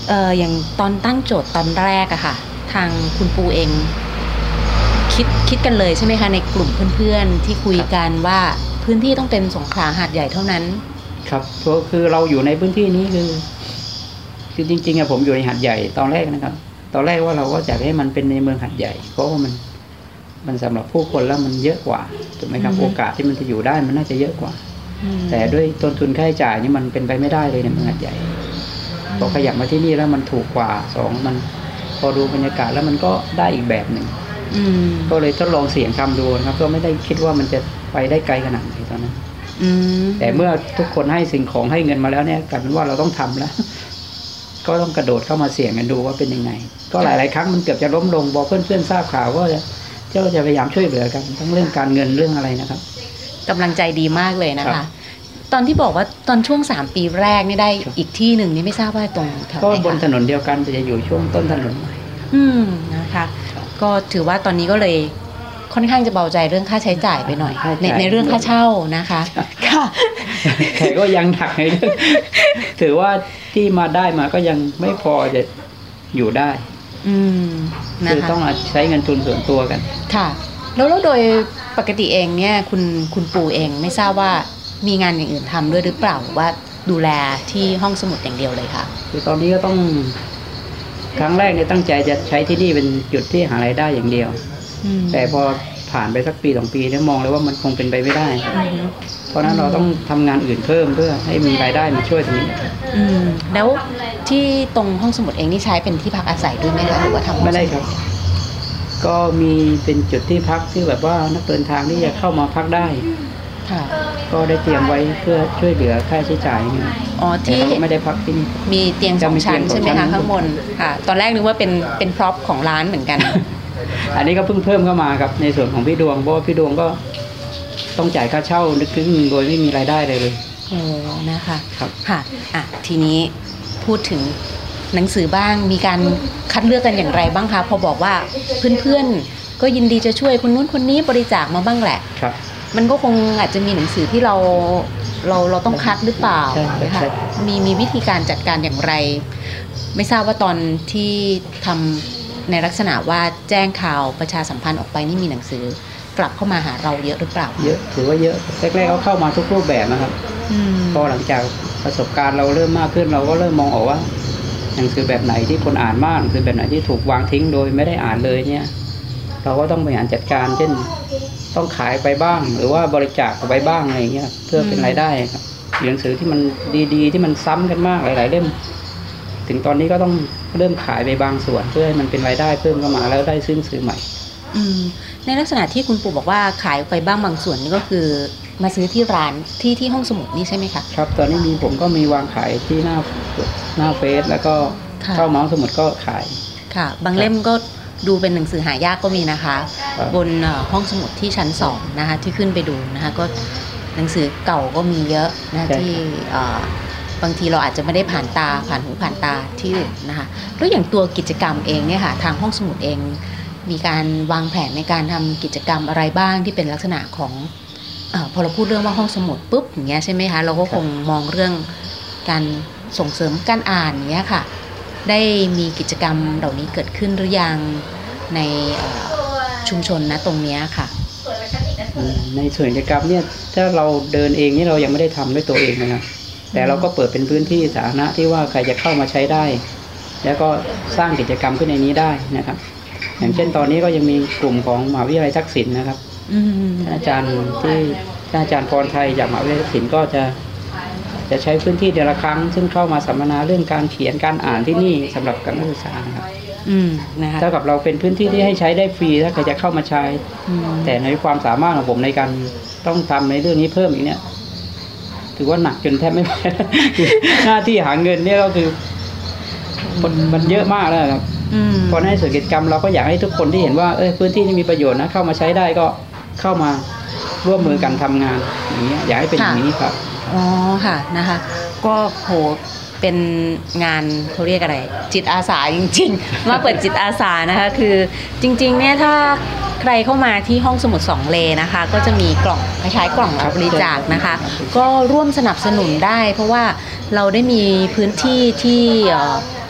อย่างตอนตั้งโจทย์ตอนแรกอะค่ะทางคุณปูเองคิดกันเลยใช่ไหมคะในกลุ่มเพื่อนๆที่คุยกันว่าพื้นที่ต้องเป็นสงขลาหาดใหญ่เท่านั้นครับก็คือเราอยู่ในพื้นที่นี้คือจริงๆอะผมอยู่ในหาดใหญ่ตอนแรกนะครับตอนแรกว่าเราก็อยากให้มันเป็นในเมืองหาดใหญ่เพราะว่ามันสำหรับผู้คนแล้วมันเยอะกว่าถูกไหมครับโอกาสที่มันจะอยู่ได้มันน่าจะเยอะกว่าแต่ด้วยต้นทุนค่าใช้จ่ายนี่มันเป็นไปไม่ได้เลยในเมืองหาดใหญ่พอขยับมาที่นี่แล้วมันถูกกว่า2มันพอดูบรรยากาศแล้วมันก็ได้อีกแบบหนึ่งก็เลยทดลองเสี่ยงทำดูนะครับก็ไม่ได้คิดว่ามันจะไปได้ไกลขนาดไหนตอนนั้นแต่เมื่อทุกคนให้สิ่งของให้เงินมาแล้วเนี่ยกลายเป็นว่าเราต้องทำแล้วก็ต้องกระโดดเข้ามาเสี่ยงกันดูว่าเป็นยังไงก็หลายๆครั้งมันเกือบจะล้มลงพอเพื่อนๆทราบข่าวก็จะพยายามช่วยเหลือกันทั้งเรื่องการเงินเรื่องอะไรนะครับกำลังใจดีมากเลยนะคะตอนที่บอกว่าตอนช่วง3 ปีแรกนี่ได้อีกที่หนึ่งนี่ไม่ทราบว่าตรงแถวไหนคะก็บนถนนเดียวกันจะอยู่ช่วงต้นถนนนะคะก็ถือว่าตอนนี้ก็เลยค่อนข้างจะเบาใจเรื่องค่าใช้จ่ายไปหน่อยในเรื่องค่าเช่านะคะค่ะแต่ก็ยังหนักในเรื่องถือว่าที่มาได้มาก็ยังไม่พอจะอยู่ได้คือต้องใช้เงินทุนส่วนตัวกันค่ะแล้วโดยปกติเองเนี่ยคุณปู่เองไม่ทราบว่ามีงานอย่างอื่นทำด้วยหรือเปล่าว่าดูแลที่ห้องสมุดอย่างเดียวเลยค่ะคือตอนนี้ก็ต้องครั้งแรกเนี่ยตั้งใจจะใช้ที่นี่เป็นจุดที่หารายได้อย่างเดียวแต่พอผ่านไปสักปี2 ปีเนี่ยมองเลยว่ามันคงเป็นไปไม่ได้เพราะนั้นเราต้องทำงานอื่นเพิ่มเพื่อให้มีรายได้มาช่วยตรงนี้แล้วที่ตรงห้องสมุดเองนี่ใช้เป็นที่พักอาศัยด้วยไหมคะหรือว่าทำไม่ได้ครับก็มีเป็นจุดที่พักที่แบบว่านักเดินทางที่จะเข้ามาพักได้ก็ได้เตรียมไว้เพื่อช่วยเหลือค่าใช้จ่ายที่ไม่ได้พักที่นี่มีเตียง2 ชั้นใช่ไหมคะข้างบนค่ะตอนแรกนึกว่าเป็นพร็อพของร้านเหมือนกันอันนี้ก็เพิ่งเพิ่มเข้ามาครับในส่วนของพี่ดวงเพราะพี่ดวงก็ต้องจ่ายค่าเช่านึกถึงโดยไม่มีรายได้เลยนะคะค่ะทีนี้พูดถึงหนังสือบ้างมีการคัดเลือกกันอย่างไรบ้างคะพอบอกว่าเพื่อนๆก็ยินดีจะช่วยคนนู้นคนนี้บริจาคมาบ้างแหละมันก็คงอาจจะมีหนังสือที่เราต้องคัดหรือเปล่าค่ะมีวิธีการจัดการอย่างไรไม่ทราบว่าตอนที่ทำในลักษณะว่าแจ้งข่าวประชาสัมพันธ์ออกไปนี่มีหนังสือกลับเข้ามาหาเราเยอะหรือเปล่าเยอะถือว่าเยอะแรกๆเขาเข้ามาทุกรูปแบบนะครับพอหลังจากประสบการณ์เราเริ่มมากขึ้นเราก็เริ่มมองออกว่าหนังสือแบบไหนที่คนอ่านมากหนังสือแบบไหนที่ถูกวางทิ้งโดยไม่ได้อ่านเลยเนี่ยเราก็ต้องบริหารจัดการเช่นต้องขายไปบ้างหรือว่าบริจาคไปบ้างอะไรเงี้ยเพื่อเป็นรายได้ครับหนังสือที่มันดีๆที่มันซ้ำกันมากหลายๆเล่มถึงตอนนี้ก็ต้องเริ่มขายไปบางส่วนเพื่อให้มันเป็นรายได้เพิ่มเข้ามาแล้วได้ซื้อหนังสือใหม่ในลักษณะที่คุณปู่บอกว่าขายไปบ้างบางส่วนนี่ก็คือมาซื้อที่ร้านที่ห้องสมุดนี่ใช่ไหมคะครับตอนนี้ผมก็มีวางขายที่หน้าเฟซแล้วก็เข้าเมาส์สมุดก็ขายค่ะบางเล่มก็ดูเป็นหนังสือหายากก็มีนะคะบนห้องสมุดที่ชั้น2นะคะที่ขึ้นไปดูนะคะก็หนังสือเก่าก็มีเยอะนะที่บางทีเราอาจจะไม่ได้ผ่านหูผ่านตาที่อื่นนะคะแล้วอย่างตัวกิจกรรมเองเนี่ยค่ะทางห้องสมุดเองมีการวางแผนในการทำกิจกรรมอะไรบ้างที่เป็นลักษณะของพอเราพูดเรื่องว่าห้องสมุดปุ๊บอย่างเงี้ยใช่ไหมคะเราก็คงมองเรื่องการส่งเสริมการอ่านอย่างเงี้ยค่ะได้มีกิจกรรมเหล่านี้เกิดขึ้นหรือยังในชุมชนนะตรงนี้ค่ะในส่วนกิจกรรมเนี่ยถ้าเราเดินเองนี่เรายังไม่ได้ทำด้วยตัวเองนะครับแต่เราก็เปิดเป็นพื้นที่สาธารณะที่ว่าใครจะเข้ามาใช้ได้แล้วก็สร้างกิจกรรมขึ้นในนี้ได้นะครับอย่างเช่นตอนนี้ก็ยังมีกลุ่มของมหาวิทยาลัยทักษิณนะครับท่านอาจารย์พรชัยจากมหาวิทยาลัยทักษิณก็จะใช้พื้นที่เดือนละครั้งซึ่งเข้ามาสัมมนาเรื่องการเขียนการอ่านที่นี่สำหรับการนักศึกษานะครับเท่ากับเราเป็นพื้นที่ที่ให้ใช้ได้ฟรีถ้าใครจะเข้ามาใช้แต่ในความสามารถของผมในการต้องทำในเรื่องนี้เพิ่มอีกเนี่ยถือว่าหนักจนแทบไม่ไหวหน้าที่หาเงินเนี่ยก็คือมันเยอะมากแล้วครับพอในส่วนกิจกรรมเราก็อยากให้ทุกคนที่เห็นว่าพื้นที่นี้มีประโยชน์นะเข้ามาใช้ได้ก็เข้ามาร่วมมือกันทำงานอย่างเงี้ยอยากให้เป็นอย่างนี้ครับค่ะนะคะก็โหเป็นงานเขาเรียกอะไรจิตอาสาจริงๆมาเปิดจิตอาสานะคะคือจริงๆเนี่ยถ้าใครเข้ามาที่ห้องสมุด2เลนะคะก็จะมีกล่องคล้ายๆกล่องรับบริจาคนะคะก็ร่วมสนับสนุนได้เพราะว่าเราได้มีพื้นที่ที่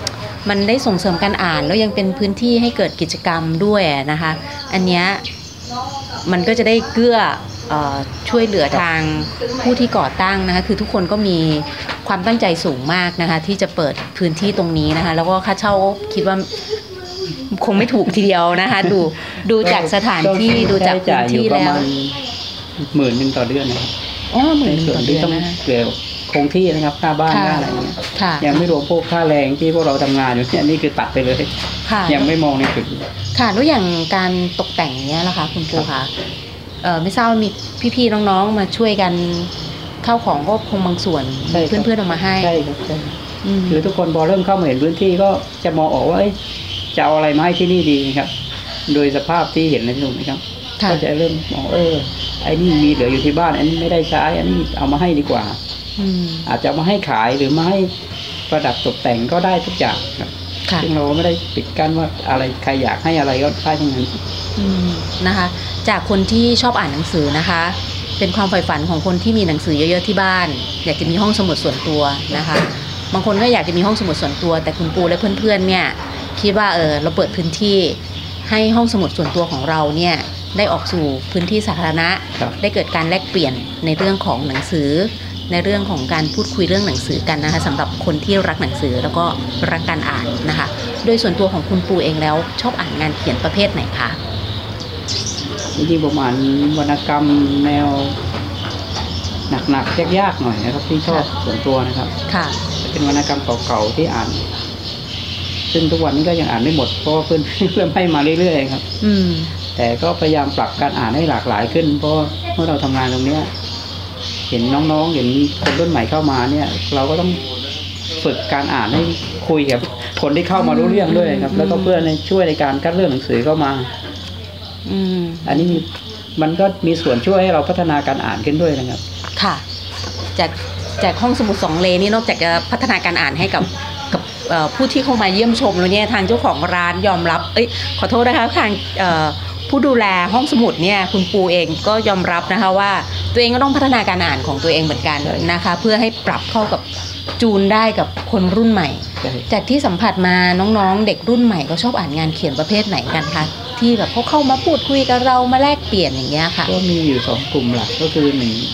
มันได้ส่งเสริมการอ่านแล้วยังเป็นพื้นที่ให้เกิดกิจกรรมด้วยนะคะอันเนี้ยมันก็จะได้เกื้อช่วยเหลือทางผู้ที่ก่อตั้งนะคะคือทุกคนก็มีความตั้งใจสูงมากนะคะที่จะเปิดพื้นที่ตรงนี้นะคะแล้วก็ค่าเช่าคิดว่าคงไม่ถูกทีเดียวนะคะดูจากสถานที่ดูจากพื้นที่แล้ว 10,000ต่อเดือนนะครับ 10,000ต่อเดือนนะเกี่ยวคงที่นะครับค่าบ้านค่าอะไรเงี้ยยังไม่รวมพวกค่าแรงที่พวกเราทำงานอยู่เนี่ยนี่คือตัดไปเลยยังไม่มองในจุดค่ะแล้วอย่างการตกแต่งเนี้ยล่ะคะคุณปูคะไม่ทราบว่ามีพี่ๆน้องๆมาช่วยกันเข้าของก็คงบางส่วนเพื่อนๆเอามาให้ใช่ครับคือทุกคนพอเริ่มเข้ามาเห็นพื้นที่ก็จะมองออกว่าจะเอาอะไรมาให้ที่นี่ดีครับโดยสภาพที่เห็นในรูปนะครับก็จะเริ่มมองไอ้นี่มีเหลืออยู่ที่บ้านอันนี้ไม่ได้ใช้อันนี้เอามาให้ดีกว่าอาจจะมาให้ขายหรือมาให้ประดับตกแต่งก็ได้ทุกอย่างครับซึ่งเราไม่ได้ปิดกั้นว่าอะไรใครอยากให้อะไรก็ได้ทั้งนั้นนะคะจากคนที่ชอบอ่านหนังสือนะคะเป็นความใฝ่ฝันของคนที่มีหนังสือเยอะๆที่บ้านอยากจะมีห้องสมุดส่วนตัวนะคะบางคนก็อยากจะมีห้องสมุดส่วนตัวแต่คุณปูและเพื่อนๆเนี่ยคิดว่าเราเปิดพื้นที่ให้ห้องสมุดส่วนตัวของเราเนี่ยได้ออกสู่พื้นที่สาธารณะได้เกิดการแลกเปลี่ยนในเรื่องของหนังสือในเรื่องของการพูดคุยเรื่องหนังสือกันนะคะสำหรับคนที่รักหนังสือแล้วก็รักการอ่านนะคะโดยส่วนตัวของคุณปูเองแล้วชอบอ่านงานเขียนประเภทไหนคะจริงๆประมาณวรรณกรรมแนวหนักๆยากๆหน่อยนะครับที่ชอบส่วนตัวนะครับค่ะเป็นวรรณกรรมเก่าๆที่อ่านซึ่งทุกวันนี้ก็ยังอ่านไม่หมดเพราะเพื่อนเริ่มให้มาเรื่อยๆครับแต่ก็พยายามปรับการอ่านให้หลากหลายขึ้นเพราะเมื่อเราทำงานตรงนี้เห็นน้องๆเห็นคนรุ่นใหม่เข้ามาเนี่ยเราก็ต้องฝึกการอ่านให้คุยกับคนที่เข้ามารู้เรื่องด้วยครับแล้วก็เพื่อนช่วยในการคัดเลือกหนังสือเข้ามาอันนี้มันก็มีส่วนช่วยให้เราพัฒนาการอ่านขึ้นด้วยนะครับค่ะจากห้องสมุด2เลนนี่นอกจากจะพัฒนาการอ่านให้กับผู้ที่เข้ามาเยี่ยมชมแล้วเนี่ยทางเจ้าของร้านยอมรับขอโทษนะคะทางผู้ดูแลห้องสมุดเนี่ยคุณปูเองก็ยอมรับนะคะว่าตัวเองก็ต้องพัฒนาการอ่านของตัวเองเหมือนกันนะคะเพื่อให้ปรับเข้ากับจูนได้กับคนรุ่นใหม่จากที่สัมผัสมาน้องๆเด็กรุ่นใหม่ก็ชอบอ่านงานเขียนประเภทไหนกันคะที่แบบเขาเข้ามาพูดคุยกับเรามาแลกเปลี่ยนอย่างเงี้ยค่ะก็มีอยู่2กลุ่มหลักก็คือ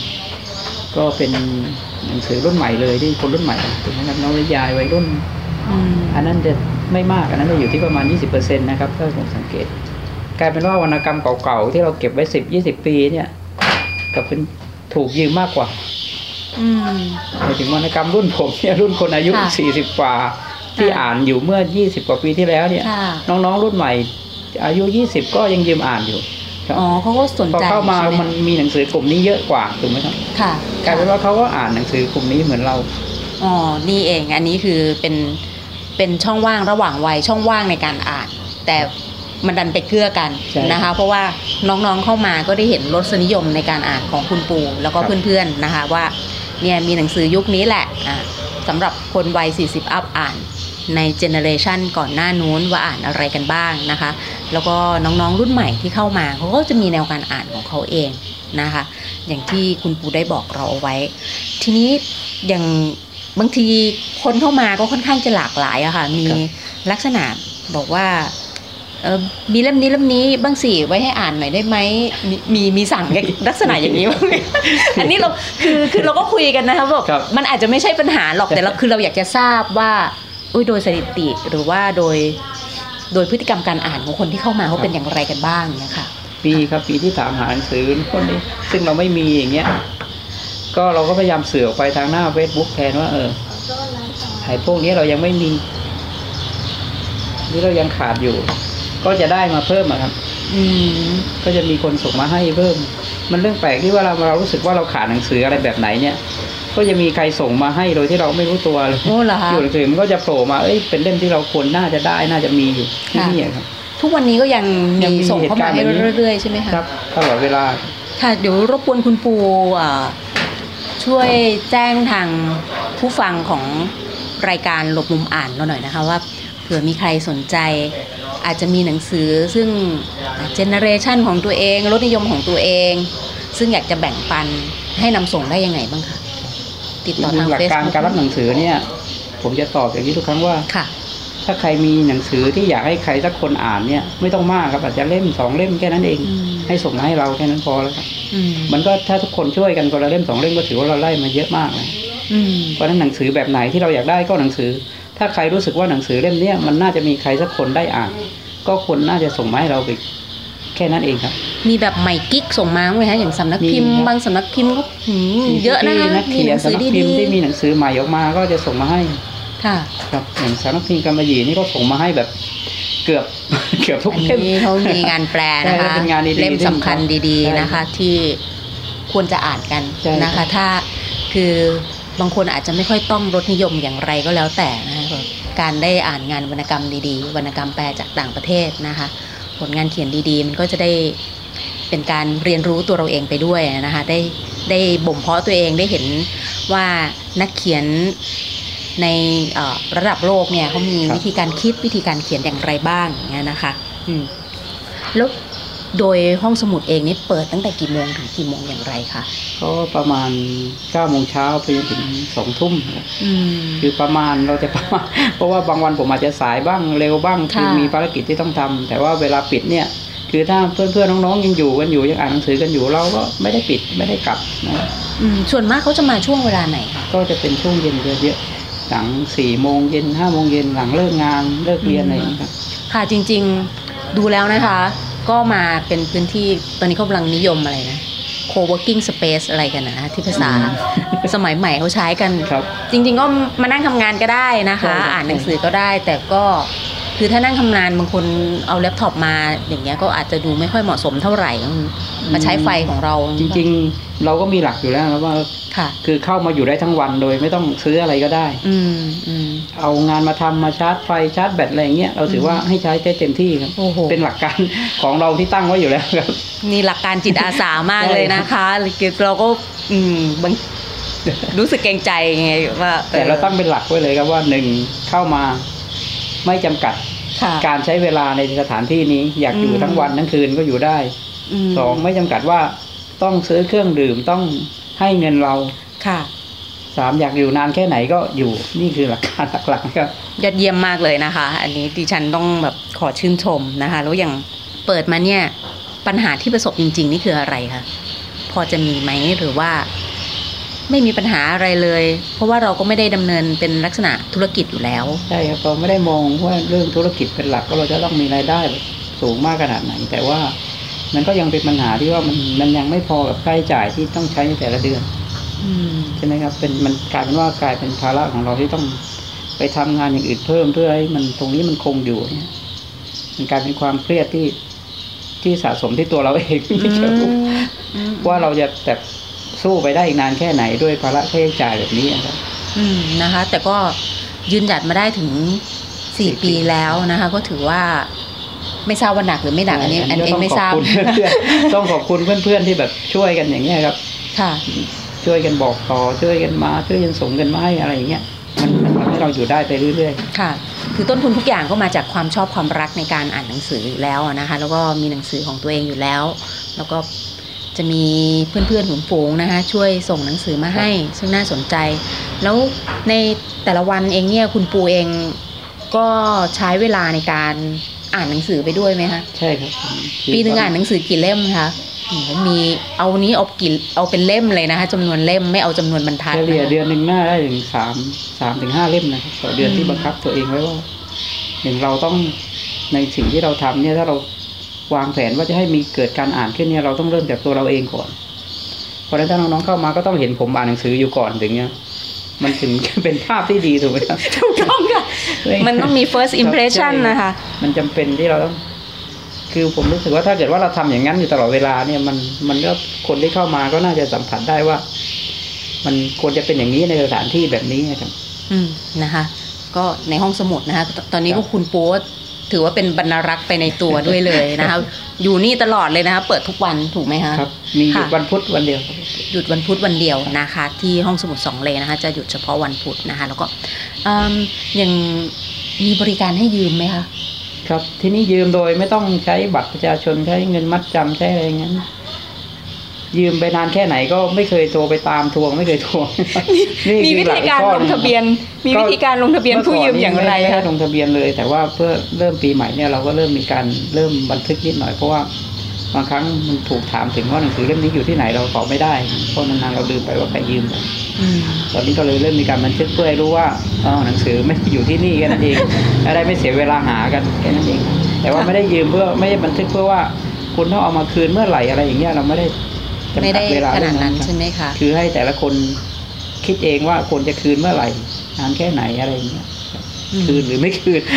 1ก็เป็นหนังสือรุ่นใหม่เลยที่คนรุ่นใหม่ถึงนะครับน้องนิยายวัยรุ่นอันนั้นจะไม่มากอันนั้นจะอยู่ที่ประมาณ 20% นะครับถ้าผมสังเกตกลายเป็นว่าวรรณกรรมเก่าๆที่เราเก็บไว้10-20 ปีเนี่ยกับเป็นถูกยืมมากกว่าหมายถึงวรรณกรรมรุ่นผมเนี่ยรุ่นคนอายุ40กว่าที่อ่านอยู่เมื่อ20กว่าปีที่แล้วเนี่ยน้องๆรุ่นใหม่อายุ20ก็ยังยืมอ่านอยู่เขาก็สนใจพอเข้ามามันมีหนังสือกลุ่มนี้เยอะกว่าถูกไหมครับค่ะกลายเป็นว่าเขาก็อ่านหนังสือกลุ่มนี้เหมือนเรานี่เองอันนี้คือเป็นช่องว่างระหว่างวัยช่องว่างในการอ่านแต่มันดันไปเกื้อกันนะคะเพราะว่าน้องๆเข้ามาก็ได้เห็นรสนิยมในการอ่านของคุณปูแล้วก็เพื่อนๆนะคะว่าเนี่ยมีหนังสือยุคนี้แหละสำหรับคนวัย40อัพอ่านในเจเนอเรชันก่อนหน้านู้นว่าอ่านอะไรกันบ้างนะคะแล้วก็น้องๆรุ่นใหม่ที่เข้ามาเขาก็จะมีแนวการอ่านของเขาเองนะคะอย่างที่คุณปูได้บอกเราเอาไว้ทีนี้อย่างบางทีคนเข้ามาก็ค่อนข้างจะหลากหลายอะค่ะมีลักษณะบอกว่ามีเล่มนี้บ้างสิไว้ให้อ่านหน่อยได้ไหมมีสั่งลักษณะอย่างนี้บ้างอันนี้เราคือเราก็คุยกันนะคะบอกมันอาจจะไม่ใช่ปัญหาหรอกแต่เราอยากจะทราบว่าโดยสถิติหรือว่าโดยพฤติกรรมการอ่านของคนที่เข้ามาเขาเป็นอย่างไรกันบ้างเนี่ยค่ะปีที่ถามหาหนังสือคนนี้ซึ่งเราไม่มีอย่างเงี้ยก็เราก็พยายามสื่อออกไปทางหน้า Facebook แทนว่าไอ้พวกนี้เรายังไม่มีนี่เรายังขาดอยู่ก็จะได้มาเพิ่มครับก็จะมีคนส่งมาให้เพิ่มมันเรื่องแปลกที่ว่าเรารู้สึกว่าเราขาดหนังสืออะไรแบบไหนเนี่ยก็จะมีใครส่งมาให้โดยที่เราไม่รู้ตัวเลยอยู่ถึงมันก็จะโผล่มาเป็นเล่มที่เราควรน่าจะได้น่าจะมีอยู่ที่นี่ครับทุกวันนี้ก็ยังมีส่งเข้ามาให้เรื่อยๆใช่ไหมคะครับตลอดเวลาค่ะเดี๋ยวรบกวนคุณปูช่วยแจ้งทางผู้ฟังของรายการหลบมุมอ่านเราหน่อยนะคะว่าเผื่อมีใครสนใจอาจจะมีหนังสือซึ่งเจเนอเรชันของตัวเองรสนิยมของตัวเองซึ่งอยากจะแบ่งปันให้นำส่งได้ยังไงบ้างคะติดต่อทาง Facebook หลักการรับหนังสือเนี่ยผมจะตอบอย่างนี้ทุกครั้งว่าถ้าใครมีหนังสือที่อยากให้ใครสักคนอ่านเนี่ยไม่ต้องมากครับอาจจะเล่ม2เล่มแค่นั้นเองให้ส่งมาให้เราแค่นั้นพอแล้วครับมันก็ถ้าทุกคนช่วยกันคนละเล่ม2เล่มก็ถือว่าเราได้มาเยอะมากเลยเพราะฉะนั้นหนังสือแบบไหนที่เราอยากได้ก็หนังสือถ้าใครรู้สึกว่าหนังสือเล่มนี้มันน่าจะมีใครสักคนได้อ่านก็คนน่าจะส่งมาให้เราไปแค่นั้นเองครับมีแบบใหม่กิ๊กส่งมาไหมคะอย่างสำนักพิมพ์บางสำนักพิมพ์ก็เยอะนะคะมีหนังสือดีๆที่มีหนังสือใหม่ออกมาก็จะส่งมาให้ค่ะครับอย่างสำนักพิมพ์กำมะหยี่นี่ก็ส่งมาให้แบบเกือบทุกเล่มเขามีงานแปลนะคะเล่มสำคัญดีๆนะคะที่ควรจะอ่านกันนะคะถ้าคือบางคนอาจจะไม่ค่อยต้องรสนิยมอย่างไรก็แล้วแต่นะคะการได้อ่านงานวรรณกรรมดีๆวรรณกรรมแปลจากต่างประเทศนะคะผลงานเขียนดีๆมันก็จะได้เป็นการเรียนรู้ตัวเราเองไปด้วยนะคะได้บ่มเพาะตัวเองได้เห็นว่านักเขียนในระดับโลกเนี่ยเขามีวิธีการคิดวิธีการเขียนอย่างไรบ้างอย่างเงี้ยนะคะแล้วโดยห้องสมุดเองนี่เปิดตั้งแต่กี่โมงถึงกี่โมงอย่างไรคะก็ประมาณ 9 โมงเช้าไปจนถึง 2 ทุ่มคือประมาณเราจะประมาณเพราะว่าบางวันผมอาจจะสายบ้างเร็วบ้างคือมีภารกิจที่ต้องทำแต่ว่าเวลาปิดเนี่ยคือถ้าเพื่อนๆน้องๆยังอยู่กันอยู่ยังอ่านหนังสือกันอยู่เราก็ไม่ได้ปิดไม่ได้กลับนะส่วนมากเขาจะมาช่วงเวลาไหนคะก็จะเป็นช่วงเย็นเยอะๆหลัง 4 โมงเย็น 5 โมงเย็นหลังเลิกงานเลิกเรียนอะไรอย่างเงี้ยค่ะจริงๆดูแล้วนะคะก็มาเป็นพื้นที่ตอนนี้เขากำลังนิยมอะไรนะ co-working space อะไรกันนะที่ภาษาสมัยใหม่เขาใช้กันจริงๆก็มานั่งทำงานก็ได้นะคะอ่านหนังสือก็ได้แต่ก็คือถ้านั่งทำงานบางคนเอาแล็ปท็อปมาอย่างเงี้ยก็อาจจะดูไม่ค่อยเหมาะสมเท่าไหร่มาใช้ไฟของเราจริงๆเราก็มีหลักอยู่แล้วนะว่าคือเข้ามาอยู่ได้ทั้งวันโดยไม่ต้องซื้ออะไรก็ได้เอางานมาทำมาชาร์จไฟชาร์จแบตอะไรอย่างเงี้ยเราถือว่าให้ใช้ได้เต็มที่ครับเป็นหลักการของเราที่ตั้งไว้อยู่แล้วครับนี่หลักการจิตอาสามากเลยนะคะเราก็รู้สึกเกรงใจไงว่าแต่เราตั้งเป็นหลักไว้เลยครับว่า1เข้ามาไม่จำกัดการใช้เวลาในสถานที่นี้อยากอยู่ทั้งวันทั้งคืนก็อยู่ได้2ไม่จำกัดว่าต้องซื้อเครื่องดื่มต้องให้เงินเรา3อยากอยู่นานแค่ไหนก็อยู่นี่คือหลักการหลักๆครับยอดเยี่ยมมากเลยนะคะอันนี้ดิฉันต้องแบบขอชื่นชมนะคะแล้วอย่างเปิดมาเนี่ยปัญหาที่ประสบจริงๆนี่คืออะไรคะพอจะมีไหมหรือว่าไม่มีปัญหาอะไรเลยเพราะว่าเราก็ไม่ได้ดำเนินเป็นลักษณะธุรกิจอยู่แล้วใช่ครับเราไม่ได้มองว่าเรื่องธุรกิจเป็นหลักก็เราจะต้องมีรายได้สูงมากขนาดไหนแต่ว่ามันก็ยังเป็นปัญหาที่ว่ามันยังไม่พอกับค่าใช้จ่ายที่ต้องใช้ในแต่ละเดือนใช่ไหมครับมันกลายเป็นภาระของเราที่ต้องไปทำงานอย่างอื่นเพิ่มเพื่อให้มันตรงนี้มันคงอยู่เนี่ยมันกลายเป็นความเครียดที่สะสมที่ตัวเราเองไม่เชื่อว่าเราจะแบบสู้ไปได้อีกนานแค่ไหนด้วยภาระค่าใช้จ่ายแบบนี้ครับนะคะแต่ก็ยืนหยัดมาได้ถึง4 ปีแล้วนะคะก็ถือว่าไม่ทราบว่าหนักหรือไม่หนักอันนี้ไม่ทราบต้องขอบคุณเพื่อนๆที่แบบช่วยกันอย่างเงี้ยครับค่ะช่วยกันบอกต่อช่วยกันมาช่วยกันส่งกันมาให้อะไรอย่างเงี้ยมันทำให้เราอยู่ได้ไปเรื่อยๆค่ะคือต้นทุนทุกอย่างก็มาจากความชอบความรักในการอ่านหนังสืออยู่แล้วนะคะแล้วก็มีหนังสือของตัวเองอยู่แล้วแล้วก็จะมีเพื่อนๆฝูงๆนะคะช่วยส่งหนังสือมาให้ซึ่งน่าสนใจแล้วในแต่ละวันเองเนี่ยคุณปูเองก็ใช้เวลาในการอ่านหนังสือไปด้วยไหมคะใช่ครับปีนึงอ่านหนังสือกี่เล่มคะมีเอานี้เอาเป็นเล่มเลยนะคะจำนวนเล่มไม่เอาจำนวนบรรทัดเฉลี่ยเดือนนึงน่าได้ถึง3 ถึง 5 เล่มนะครับต่อเดือนที่บังคับตัวเองไว้ว่าเราต้องในสิ่งที่เราทำเนี่ยถ้าเราวางแผนว่าจะให้มีเกิดการอ่านขึ้นเนี่ยเราต้องเริ่มจากตัวเราเองก่อนเพราะฉะนั้นถ้าน้องๆเข้ามาก็ต้องเห็นผมอ่านหนังสืออยู่ก่อนถึงเนี้ยมันถึงเป็นภาพที่ดีถูกไหมครับถูกต้องค่ะมันต้องมี first impression นะคะมันจำเป็นที่เราต้องคือผมรู้สึกว่าถ้าเกิดว่าเราทำอย่างนั้นอยู่ตลอดเวลาเนี่ยมันก็คนที่เข้ามาก็น่าจะสัมผัสได้ว่ามันควรจะเป็นอย่างนี้ในสถานที่แบบนี้นะครับนะคะก็ในห้องสมุดนะคะตอนนี้ก็คุณปูถือว่าเป็นบรรณารักษ์ไปในตัวด้วยเลยนะคะอยู่นี่ตลอดเลยนะคะเปิดทุกวันถูกไหมคะครับมีหยุดวันพุธวันเดียวหยุดวันพุธวันเดียวนะคะที่ห้องสมุด2 เลนนะคะจะหยุดเฉพาะวันพุธนะคะแล้วก็ยังมีบริการให้ยืมไหมคะครับที่นี่ยืมโดยไม่ต้องใช้บัตรประชาชนใช้เงินมัดจำใช้อะไรอย่างนั้นยืมไปนานแค่ไหนก็ไม่เคยโทรไปตามทวงไม่เคยทวงมีวิธีการลงทะเบียนผู้ยืมอย่างไรคะลงทะเบียนเลยแต่ว่าเพื่อเริ่มปีใหม่เนี่ยเราก็เริ่มมีการเริ่มบันทึกนิดหน่อยเพราะว่าบางครั้งมันถูกถามถึงว่าหนังสือเล่มนี้อยู่ที่ไหนเราตอบไม่ได้เพราะนานๆเราลืมไปว่าใครยืมตอนนี้ก็เลยเริ่มมีการบันทึกเพื่อให้รู้ว่าหนังสือไม่ได้อยู่ที่นี่แค่นั้นเองอะไรไม่เสียเวลาหากันแค่นั้นเองแต่ว่าไม่ได้ยืมเพื่อไม่ได้บันทึกเพื่อว่าคุณต้องเอามาคืนเมื่อไหร่อะไรอย่างเงี้ยเราไม่ได้จำกัดเวลาขนาดนั้นใช่ไหมคะคือให้แต่ละคนคิดเองว่าควรจะคืนเมื่อไหร่นานแค่ไหนอะไรอย่างเงี้ยคืนหรือไม่คืน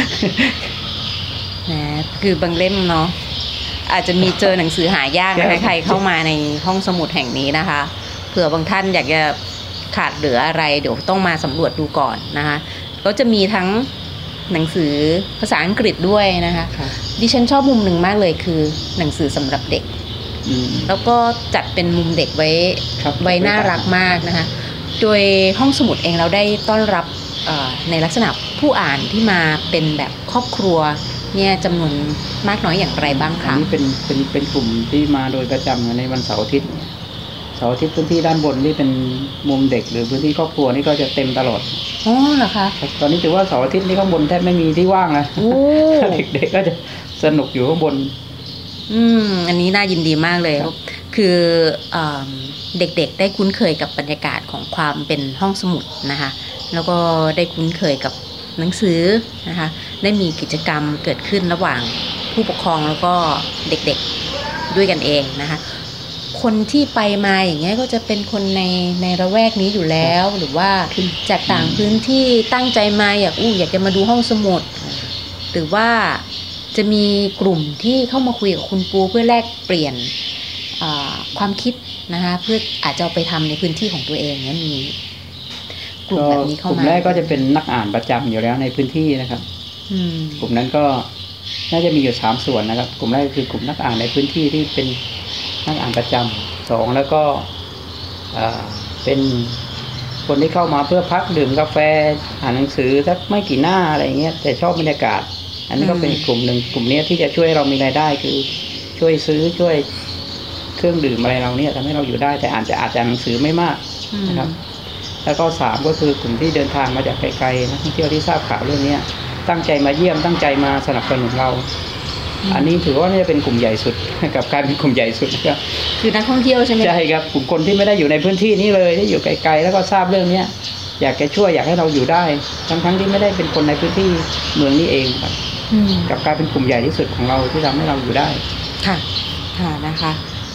คือบางเล่มเนาะอาจจะมีเจอหนังสือหายากนะคะใครเข้ามาในห้องสมุดแห่งนี้นะคะเผื่อบางท่านอยากจะขาดเหลืออะไรเดี๋ยวต้องมาสำรวจดูก่อนนะคะก็จะมีทั้งหนังสือภาษาอังกฤษด้วยนะคะดิฉันชอบมุมหนึ่งมากเลยคือหนังสือสำหรับเด็กแล้วก็จัดเป็นมุมเด็กไว้น่ารักมากนะคะโดยห้องสมุดเองเราได้ต้อนรับในลักษณะผู้อ่านที่มาเป็นแบบครอบครัวเนี่ยจำนวนมากน้อยอย่างไรบ้างคะอันนี้เป็นกลุ่มที่มาโดยประจำในวันเสาร์อาทิตย์พื้นที่ด้านบนนี่เป็นมุมเด็กหรือพื้นที่ครอบครัวนี่ก็จะเต็มตลอดอ๋อเหรอคะตอนนี้ถือว่าเสาร์อาทิตย์นี่ข้างบนแทบไม่มีที่ว่างเลยเด็กๆก็จะสนุกอยู่ข้างบนอันนี้น่ายินดีมากเลยคือเด็กๆได้คุ้นเคยกับบรรยากาศของความเป็นห้องสมุดนะคะแล้วก็ได้คุ้นเคยกับหนังสือนะคะได้มีกิจกรรมเกิดขึ้นระหว่างผู้ปกครองแล้วก็เด็กๆด้วยกันเองนะคะคนที่ไปมาอย่างเงี้ยก็จะเป็นคนในระแวกนี้อยู่แล้วหรือว่าจากต่างพื้นที่ตั้งใจมาอยากจะมาดูห้องสมุดหรือว่าจะมีกลุ่มที่เข้ามาคุยกับคุณปูเพื่อแลกเปลี่ยนความคิดนะคะเพื่ออาจจะเอาไปทำในพื้นที่ของตัวเองเนี่ยมีกลุ่มแบบนี้เข้ามากลุ่มแรกก็จะเป็นนักอ่านประจำอยู่แล้วในพื้นที่นะครับกลุ่มนั้นก็น่าจะมีอยู่3ส่วนนะครับกลุ่มแรกคือกลุ่มนักอ่านในพื้นที่ที่เป็นนักอ่านประจำ2แล้วก็เป็นคนที่เข้ามาเพื่อพักดื่มกาแฟอ่านหนังสือสักไม่กี่หน้าอะไรเงี้ยแต่ชอบบรรยากาศอันนี้ก็เป็นอีกกลุ่มหนึ่งกลุ่มนี้ที่จะช่วยเรามีรายได้คือช่วยซื้อช่วยเครื่องดื่มอะไรเราเนี่ยทำให้เราอยู่ได้แต่อาจจะหนังสือไม่มากนะครับแล้วก็3ก็คือกลุ่มที่เดินทางมาจากไกลๆนักท่องเที่ยวที่ทราบข่าวเรื่องนี้ตั้งใจมาเยี่ยมตั้งใจมาสนับสนุนเราอันนี้ถือว่าน่าจะเป็นกลุ่มใหญ่สุดกับการเป็นกลุ่มใหญ่สุดนะครับคือนักท่องเที่ยวใช่ไหมใช่ครับกลุ่มคนที่ไม่ได้อยู่ในพื้นที่นี้เลยที่อยู่ไกลๆแล้วก็ทราบเรื่องนี้อยากจะช่วยอยากให้เราอยู่ได้ทั้งที่ไม่ได้เป็นคนในพื้นที่เมืองนี้เองครับกับการเป็นกลุ่มใหญ่ที่สุดของเราที่ทำให้เราอยู่ได้ค่ะนะคะ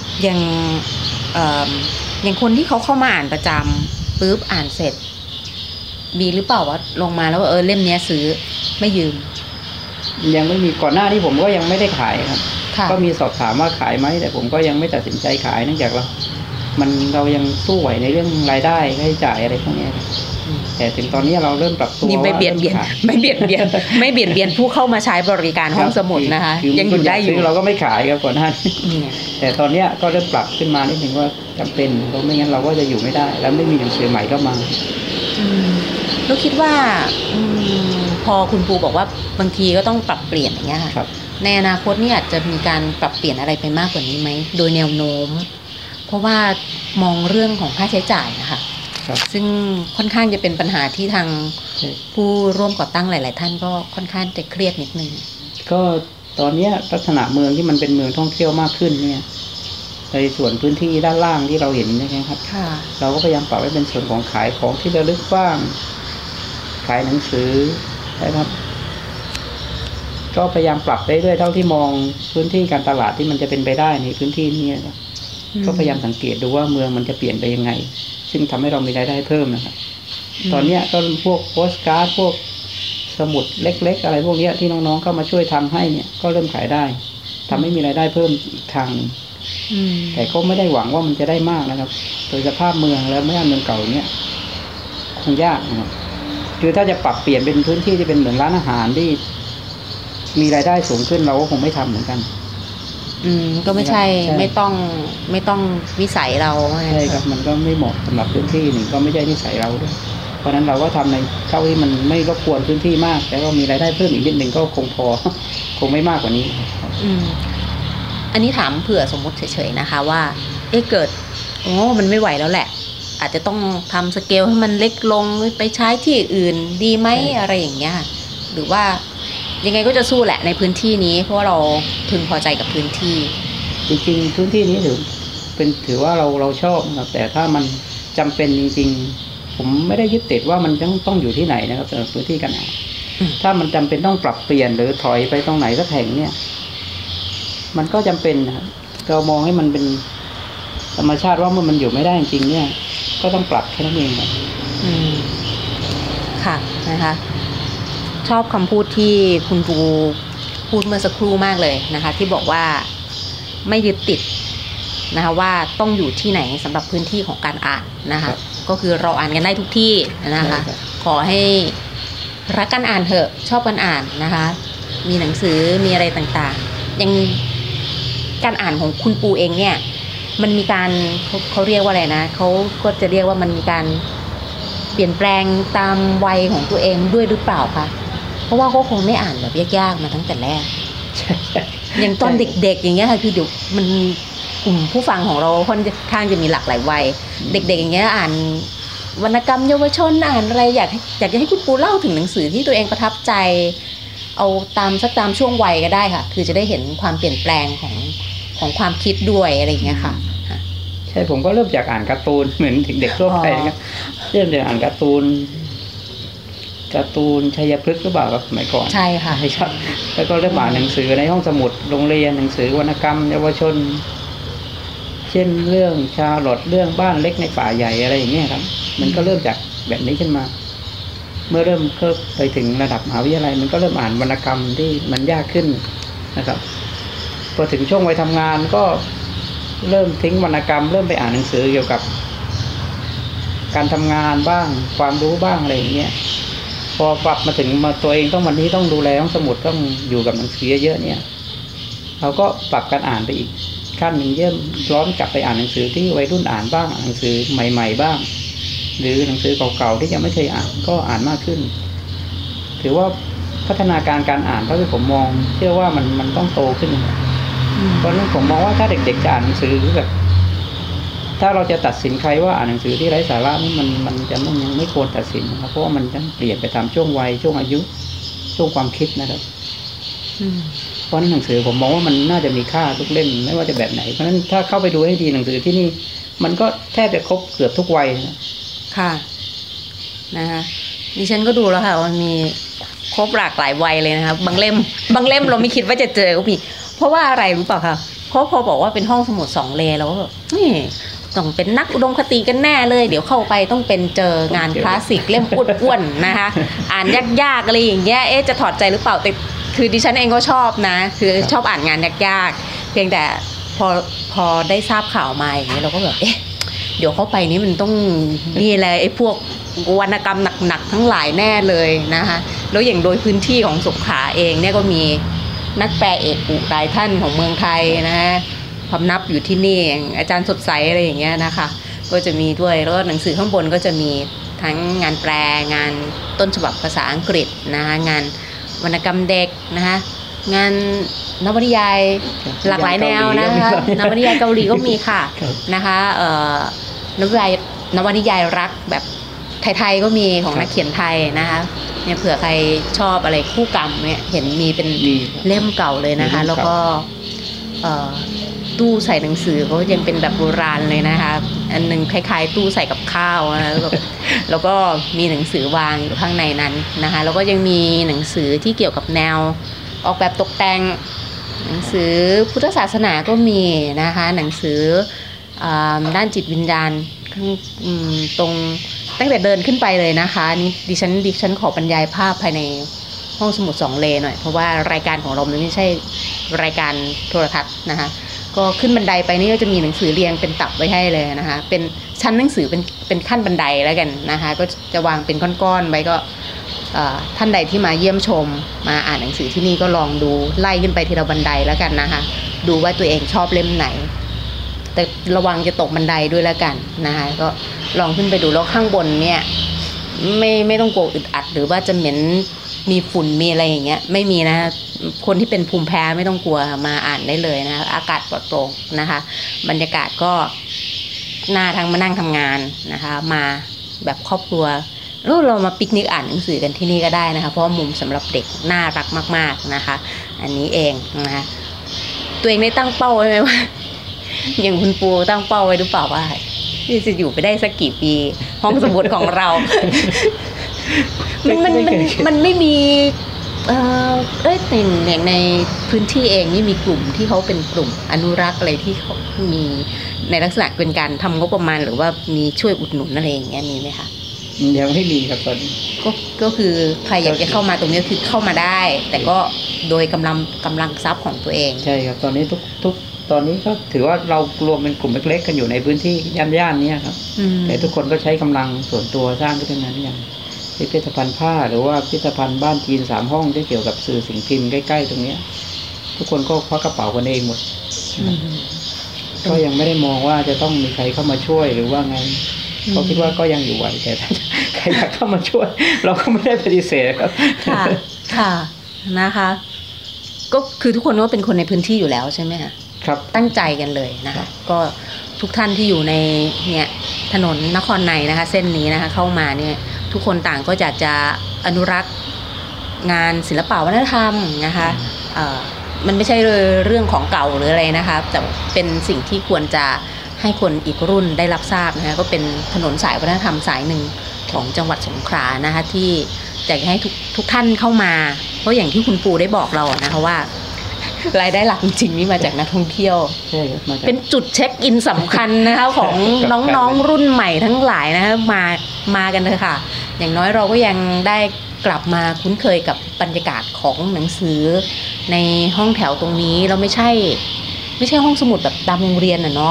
อย่างคนที่เขาเข้ามาอ่านประจำปุ๊บอ่านเสร็จมีหรือเปล่าว่าลงมาแล้วว่าเล่มนี้ซื้อไม่ยืมยังไม่มีก่อนหน้านี้ผมก็ยังไม่ได้ขายครับก็มีสอบถามว่าขายไหมแต่ผมก็ยังไม่ตัดสินใจขายเนื่องจากเรายังสู้ไหวในเรื่องรายได้ค่าใช้จ่ายอะไรพวกนี้แต่ถึงตอนนี้เราเริ่มปรับตัวนี่ไม่เบียดเบียนผู้เข้ามาใช้บริการห้องสมุดนะคะยังอยู่ได้อยู่เราก็ไม่ขายครับก่อนหน้านี้แต่ตอนนี้ก็เริ่มปรับขึ้นมานิดนึงว่าจำเป็นเพราะไม่งั้นเราก็จะอยู่ไม่ได้แล้วไม่มีหนังสือใหม่เข้ามาเราคิดว่าพอคุณปูบอกว่าบางทีก็ต้องปรับเปลี่ยนอย่างเงี้ยค่ะในอนาคตนี่อาจจะมีการปรับเปลี่ยนอะไรไปมากกว่านี้ไหมโดยแนวโน้มเพราะว่ามองเรื่องของค่าใช้จ่ายนะคะซึ่งค่อนข้างจะเป็นปัญหาที่ทางผู้ร่วมก่อตั้งหลายๆท่านก็ค่อนข้างจะเครียดนิดนึงก็ตอนนี้ลักษณะเมืองที่มันเป็นเมืองท่องเที่ยวมากขึ้นเนี่ยในส่วนพื้นที่ด้านล่างที่เราเห็นนะครับเราก็พยายามปรับให้เป็นส่วนของขายของที่ระลึกบ้างขายหนังสือนะครับก็พยายามปรับไปเรื่อยเท่าที่มองพื้นที่การตลาดที่มันจะเป็นไปได้ในพื้นที่นี้ครับก็พยายามสังเกตดูว่าเมืองมันจะเปลี่ยนไปยังไงซึ่งทำให้เรามีรายได้เพิ่มนะครับตอนนี้ก็พวกโปสการ์ดพวกสมุดเล็กๆอะไรพวกนี้ที่น้องๆเข้ามาช่วยทำให้เนี่ยก็เริ่มขายได้ทำให้มีรายได้เพิ่มอีกทางแต่ก็ไม่ได้หวังว่ามันจะได้มากนะครับโดยสภาพเมืองแล้วไม่ใช่เมืองเก่าเนี่ยคงยากนะครับคือถ้าจะปรับเปลี่ยนเป็นพื้นที่ที่เป็นเหมือนร้านอาหารที่มีรายได้สูงขึ้นเราก็คงไม่ทำเหมือนกันก็ไม่ใช่ไม่ต้องวิสัยเราใช่ครับมันก็ไม่เหมาะสำหรับพื้นที่หนึ่งก็ไม่ใช่นิสัยเราด้วยเพราะนั้นเราก็ทำในเท่าที่มันไม่รบกวนพื้นที่มากแต่ก็มีรายได้เพิ่มอีกนิดนึงก็คงพอคงไม่มากกว่านี้อันนี้ถามเผื่อสมมติเฉยๆนะคะว่าเกิดมันไม่ไหวแล้วแหละอาจจะต้องทำสเกลให้มันเล็กลงไปใช้ที่อื่นดีไหมอะไรอย่างเงี้ยหรือว่ายังไงก็จะสู้แหละในพื้นที่นี้เพราะว่าเราพึงพอใจกับพื้นที่จริงๆพื้นที่นี้ถือว่าเราชอบนะครับแต่ถ้ามันจำเป็นจริงๆผมไม่ได้ยึดติดว่ามันต้องอยู่ที่ไหนนะครับสำหรับพื้นที่การอ่านถ้ามันจำเป็นต้องปรับเปลี่ยนหรือถอยไปตรงไหนสักแห่งเนี่ยมันก็จำเป็นนะครับเรามองให้มันเป็นธรรมชาติว่าเมื่อมันอยู่ไม่ได้จริงๆเนี่ยก็ต้องปรับแค่นั้นเองครับค่ะนะคะชอบคำพูดที่คุณปูพูดเมื่อสักครู่มากเลยนะคะที่บอกว่าไม่ยึดติดนะคะว่าต้องอยู่ที่ไหนสำหรับพื้นที่ของการอ่านนะคะก็คือเราอ่านกันได้ทุกที่นะคะขอให้รักการอ่านเถอะชอบการอ่านนะคะมีหนังสือมีอะไรต่างๆยังการอ่านของคุณปูเองเนี่ยมันมีการเขาเรียกว่าอะไรนะเขาก็จะเรียกว่ามันมีการเปลี่ยนแปลงตามวัยของตัวเองด้วยหรือเปล่าคะเพราะว่าเขาคงไม่อ่านแบบยากๆมาตั้งแต่แรกอย่างตอนเด็กๆอย่างเงี้ยค่ะคือเดี๋ยวมันกลุ่มผู้ฟังของเราค่อนข้างจะมีหลากหลายวัยเด็กๆอย่างเงี้ยอ่านวรรณกรรมเยาวชนอ่านอะไรอยากจะให้คุณปูเล่าถึงหนังสือที่ตัวเองประทับใจเอาตามช่วงวัยก็ได้ค่ะคือจะได้เห็นความเปลี่ยนแปลงของความคิดด้วยอะไรอย่างเงี้ยค่ะใช่ผมก็เริ่มจากอ่านการ์ตูนเหมือนเด็กทั่วไปนะครับเริ่มจากอ่านการ์ตูนชัยพฤกษ์หรือเปล่าครับสมัยก่อนใช่ค่ะใช่แล้วก็เริ่มอ่านหนังสือในห้องสมุดโรงเรียนหนังสือวรรณกรรมเยาวชนเช่นเรื่องชาร์ลอตเรื่องบ้านเล็กในป่าใหญ่อะไรอย่างเงี้ยครับมันก็เริ่มจากแบบนี้ขึ้นมาเมื่อเริ่มเข้าไปถึงระดับมหาวิทยาลัยมันก็เริ่มอ่านวรรณกรรมที่มันยากขึ้นนะครับพอถึงช่วงวัยทำงานก็เริ่มทิ้งวรรณกรรมเริ่มไปอ่านหนังสือเกี่ยวกับการทำงานบ้างความรู้บ้างอะไรอย่างเงี้ยพอปรับมาถึงมาตัวเองวันนี้ต้องดูแลห้องสมุดต้องอยู่กับหนังสือเยอะๆเนี่ยเราก็ปรับการอ่านไปอีกขั้นหนึ่งเยี่ยมย้อนกลับไปอ่านหนังสือที่วัยรุ่นอ่านบ้างอ่านหนังสือใหม่ๆบ้างหรือหนังสือเก่าๆที่ยังไม่เคยอ่านก็อ่านมากขึ้นถือว่าพัฒนาการอ่านเท่าที่ผมมองเชื่อว่ามันต้องโตขึ้นเพราะนั้นผมมองว่าถ้าเด็กๆจะอ่านหนังสือแบบถ้าเราจะตัดสินใครว่าอ่านหนังสือที่ไร้สาระนี่มันจะยังไม่ควรตัดสินนะครับเพราะว่ามันจะเปลี่ยนไปตามช่วงวัยช่วงอายุช่วงความคิดนะครับเพราะหนังสือผมมองว่ามันน่าจะมีค่าทุกเล่มไม่ว่าจะแบบไหนเพราะฉะนั้นถ้าเข้าไปดูให้ดีหนังสือที่นี่มันก็แทบจะครบเกือบทุกวัยค่ะนะคะดิฉันก็ดูแล้วค่ะมันมีครบหลากหลายวัยเลยนะคะบางเล่มเราไม่คิดว่าจะเจอก็มีเพราะว่าอะไรรู้เปล่าคะเพราะพอบอกว่าเป็นห้องสมุด2เลเราก็แบบนี่ต้องเป็นนักอุดมคติกันแน่เลยเดี๋ยวเข้าไปต้องเป็นเจองานคลาสสิกเล่มอ้วนๆนะคะอ่านยากๆอะไรอย่างเงี้ยจะถอดใจหรือเปล่าแต่คือดิฉันเองก็ชอบนะคือชอบอ่านงานยากๆเพียงแต่พอได้ทราบข่าวมาอย่างเงี้ยเราก็แบบเดี๋ยวเข้าไปนี้มันต้องนี่แหละไอ้พวกวรรณกรรมหนักๆทั้งหลายแน่เลยนะคะแล้วอย่างโดยพื้นที่ของสงขลาเองเนี่ยก็มีนักแปลเอกหลายท่านของเมืองไทยนะฮะพำนับอยู่ที่นี่อย่างอาจารย์สดใสอะไรอย่างเงี้ยนะคะก็จะมีด้วยแล้วก็หนังสือข้างบนก็จะมีทั้งงานแปลงานต้นฉบับภาษาอังกฤษนะคะงานวรรณกรรมเด็กนะคะงานนวนิยายหลากหลายแนวนะคะนวนิยายเกาหลีก็มีค่ะนะคะนวนิยายรักแบบไทยๆก็มีของนักเขียนไทยนะคะเนี่ยเผื่อใครชอบอะไรคู่กรรมเนี่ยเห็นมีเป็นเล่มเก่าเลยนะคะแล้วก็ตู้ใส่หนังสือเขายังเป็นแบบโบราณเลยนะคะอันนึงคล้ายๆตู้ใส่กับข้าวนะแล้วก็มีหนังสือวางอยู่ข้างในนั้นนะคะแล้วก็ยังมีหนังสือที่เกี่ยวกับแนวออกแบบตกแต่งหนังสือพุทธศาสนาก็มีนะคะหนังสือด้านจิตวิญญาณตรงตั้งแต่เดินขึ้นไปเลยนะคะนี่ดิฉันขอบรรยายภาพภายในห้องสมุด2เลหน่อยเพราะว่ารายการของเราไม่ใช่รายการโทรทัศน์นะคะก็ขึ้นบันไดไปนี่ก็จะมีหนังสือเรียงเป็นตับไว้ให้เลยนะคะเป็นชั้นหนังสือเป็นขั้นบันไดแล้วกันนะคะก็จะวางเป็นก้อนๆไว้ก็ท่านใดที่มาเยี่ยมชมมาอ่านหนังสือที่นี่ก็ลองดูไล่ขึ้นไปทีละบันไดแล้วกันนะคะดูว่าตัวเองชอบเล่มไหนแต่ระวังจะตกบันไดด้วยแล้วกันนะคะก็ลองขึ้นไปดูแล้วข้างบนเนี่ยไม่ต้องกลัวอึดอัดหรือว่าจะเหม็นมีฝุ่นมีอะไรอย่างเงี้ยไม่มีนะคนที่เป็นภูมิแพ้ไม่ต้องกลัวมาอ่านได้เลยนะอากาศปลอดโปร่งนะคะบรรยากาศก็น่าทั้งมานั่งทำงานนะคะมาแบบครอบครัวเรามาปิกนิกอ่านหนังสือกันที่นี่ก็ได้นะคะเพราะว่ามุมสำหรับเด็กน่ารักมากๆนะคะอันนี้เองนะคะตัวเองได้ตั้งเป้าไว้ไหมว่าอย่างคุณปูตั้งเป้าไว้หรือเปล่าว่าจะอยู่ไปได้สักกี่ปีห้องสมุดของเรามันไม่มีอย่างในพื้นที่เองนี่มีกลุ่มที่เขาเป็นกลุ่มอนุรักษ์อะไรที่เขามีในลักษณะเป็นการทำงบประมาณหรือว่ามีช่วยอุดหนุนอะไรอย่างเงี้ยมีไหมคะยังไม่มีครับตอนนี้ก็คือใครอยากจะเข้ามาตรงนี้คือเข้ามาได้แต่ก็โดยกำลังทรัพย์ของตัวเองใช่ครับตอนนี้ทุกตอนนี้ก็ถือว่าเรารวมเป็นกลุ่มเล็กๆกันอยู่ในพื้นที่ย่านนี้ครับแต่ทุกคนก็ใช้กำลังส่วนตัวสร้างขึ้นมาอย่างพิพิธภัณฑ์ผ้าหรือว่าพิพิธภัณฑ์บ้านจีน3 ห้องที่เกี่ยวกับสื่อสิ่งพิมพ์ใกล้ๆตรงนี้ทุกคนก็ควักกระเป๋ากันเองหมดก็ยังไม่ได้มองว่าจะต้องมีใครเข้ามาช่วยหรือว่าไงเขาคิดว่าก็ยังอยู่ไหวแต่ใครอยากเข้ามาช่วยเราก็ไม่ได้ปฏิเสธครับค่ะนะคะก็คือทุกคนก็เป็นคนในพื้นที่อยู่แล้วใช่ไหมคะครับตั้งใจกันเลยนะคะก็ทุกท่านที่อยู่ในเนี่ยถนนนครในนะคะเส้นนี้นะคะเข้ามาเนี่ยทุกคนต่างก็อยากจะอนุรักษ์งานศิลปวัฒนธรรมนะคะมันไม่ใช่เรื่องของเก่าหรืออะไรนะคะแต่เป็นสิ่งที่ควรจะให้คนอีกรุ่นได้รับทราบนะคะก็เป็นถนนสายวัฒนธรรมสายหนึ่งของจังหวัดสงขลานะคะที่อยากให้ทุกท่านเข้ามาเพราะอย่างที่คุณปูได้บอกเรานะคะว่ารายได้หลักจริงๆนี่มาจากนักท่องเที่ยวเป็นจุดเช็คอินสำคัญนะคะของน้องๆรุ่นใหม่ทั้งหลายนะคะมากันเลยค่ะอย่างน้อยเราก็ยังได้กลับมาคุ้นเคยกับบรรยากาศของหนังสือในห้องแถวตรงนี้เราไม่ใช่ห้องสมุดแบบตามโรงเรียนเนาะ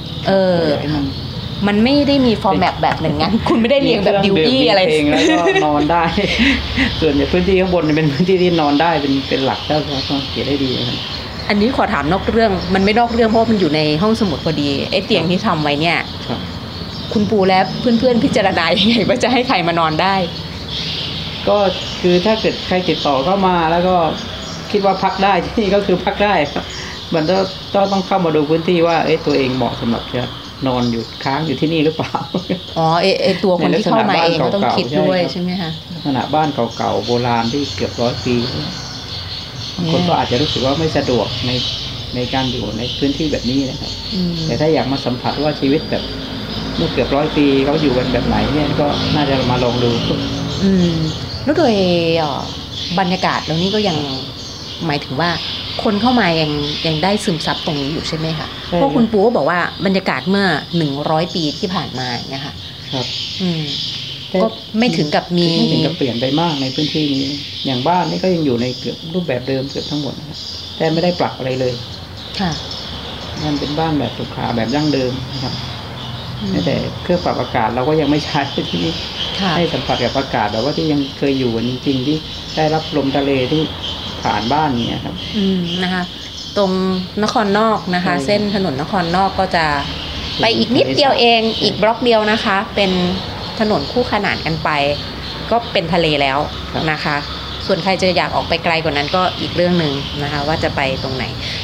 มันไม่ได้มีฟอร์แมตแบบหนึ่งงั้นคุณไม่ได้เรียงแบบดิวอี้อะไรเองแล้วก็นอนได้ส่วนในพื้นที่ข้างบนเป็นพื้นที่ที่นอนได้เป็นหลักแล้วก็เขียนได้ดีครับอันนี้ขอถามนอกเรื่องมันไม่นอกเรื่องเพราะมันอยู่ในห้องสมุดพอดีไอ้เตียงที่ทำไว้เนี่ยคุณปูและเพื่อนๆพิจารณายังไงว่าจะให้ใครมานอนได้ก็คือถ้าเกิดใครติดต่อเข้ามาแล้วก็คิดว่าพักได้ที่นี่ก็คือพักได้ครับมันต้องเข้ามาดูพื้นที่ว่าตัวเองเหมาะสำหรับจะนอนอยู่ค้างอยู่ที่นี่หรือเปล่าอ๋อตัวคนที่เข้ามาเองก็ต้องคิดด้วยใช่ไหมคะลักษณะบ้านเก่าๆโบราณที่เกือบ100 ปีบางคนก็อาจจะรู้สึกว่าไม่สะดวกในการอยู่ในพื้นที่แบบนี้นะครับแต่ถ้าอยากมาสัมผัสว่าชีวิตแบบเมื่อเกือบ100 ปีเขาอยู่กันแบบไหนเนี่ยก็น่าจะมาลองดูแล้วโดยบรรยากาศแล้วนี่ก็ยังหมายถึงว่าคนเข้ามายังได้ซึมซับตรงนี้อยู่ใช่ไหมคะเพราะคุณปูก็บอกว่าบรรยากาศเมื่อ100 ปีที่ผ่านมาเนี่ยค่ะครับก็ไม่ถึงกับมีไม่ถึงกับเปลี่ยนไปมากในพื้นที่นี้อย่างบ้านนี่ก็ยังอยู่ในเกือบรูปแบบเดิมเกือบทั้งหมดนะครับแต่ไม่ได้ปรับอะไรเลยค่ะมันเป็นบ้านแบบสุขาแบบดั้งเดิมนะครับแต่เครื่องปรับอากาศเราก็ยังไม่ใช้ที่นี่ให้สัมผัสกับอากาศแบบว่าที่ยังเคยอยู่จริงๆที่ได้รับลมทะเลที่ผ่านบ้านเนี่ยครับนะคะตรงนครนอกนะคะเส้นถนนนครนอกก็จะไปอีกนิดเดียวเองอีกบล็อกเดียวนะคะเป็นถนนคู่ขนานกันไปก็เป็นทะเลแล้วนะคะส่วนใครจะอยากออกไปไกลกว่านั้นก็อีกเรื่องนึงนะคะว่าจะไปตรงไหน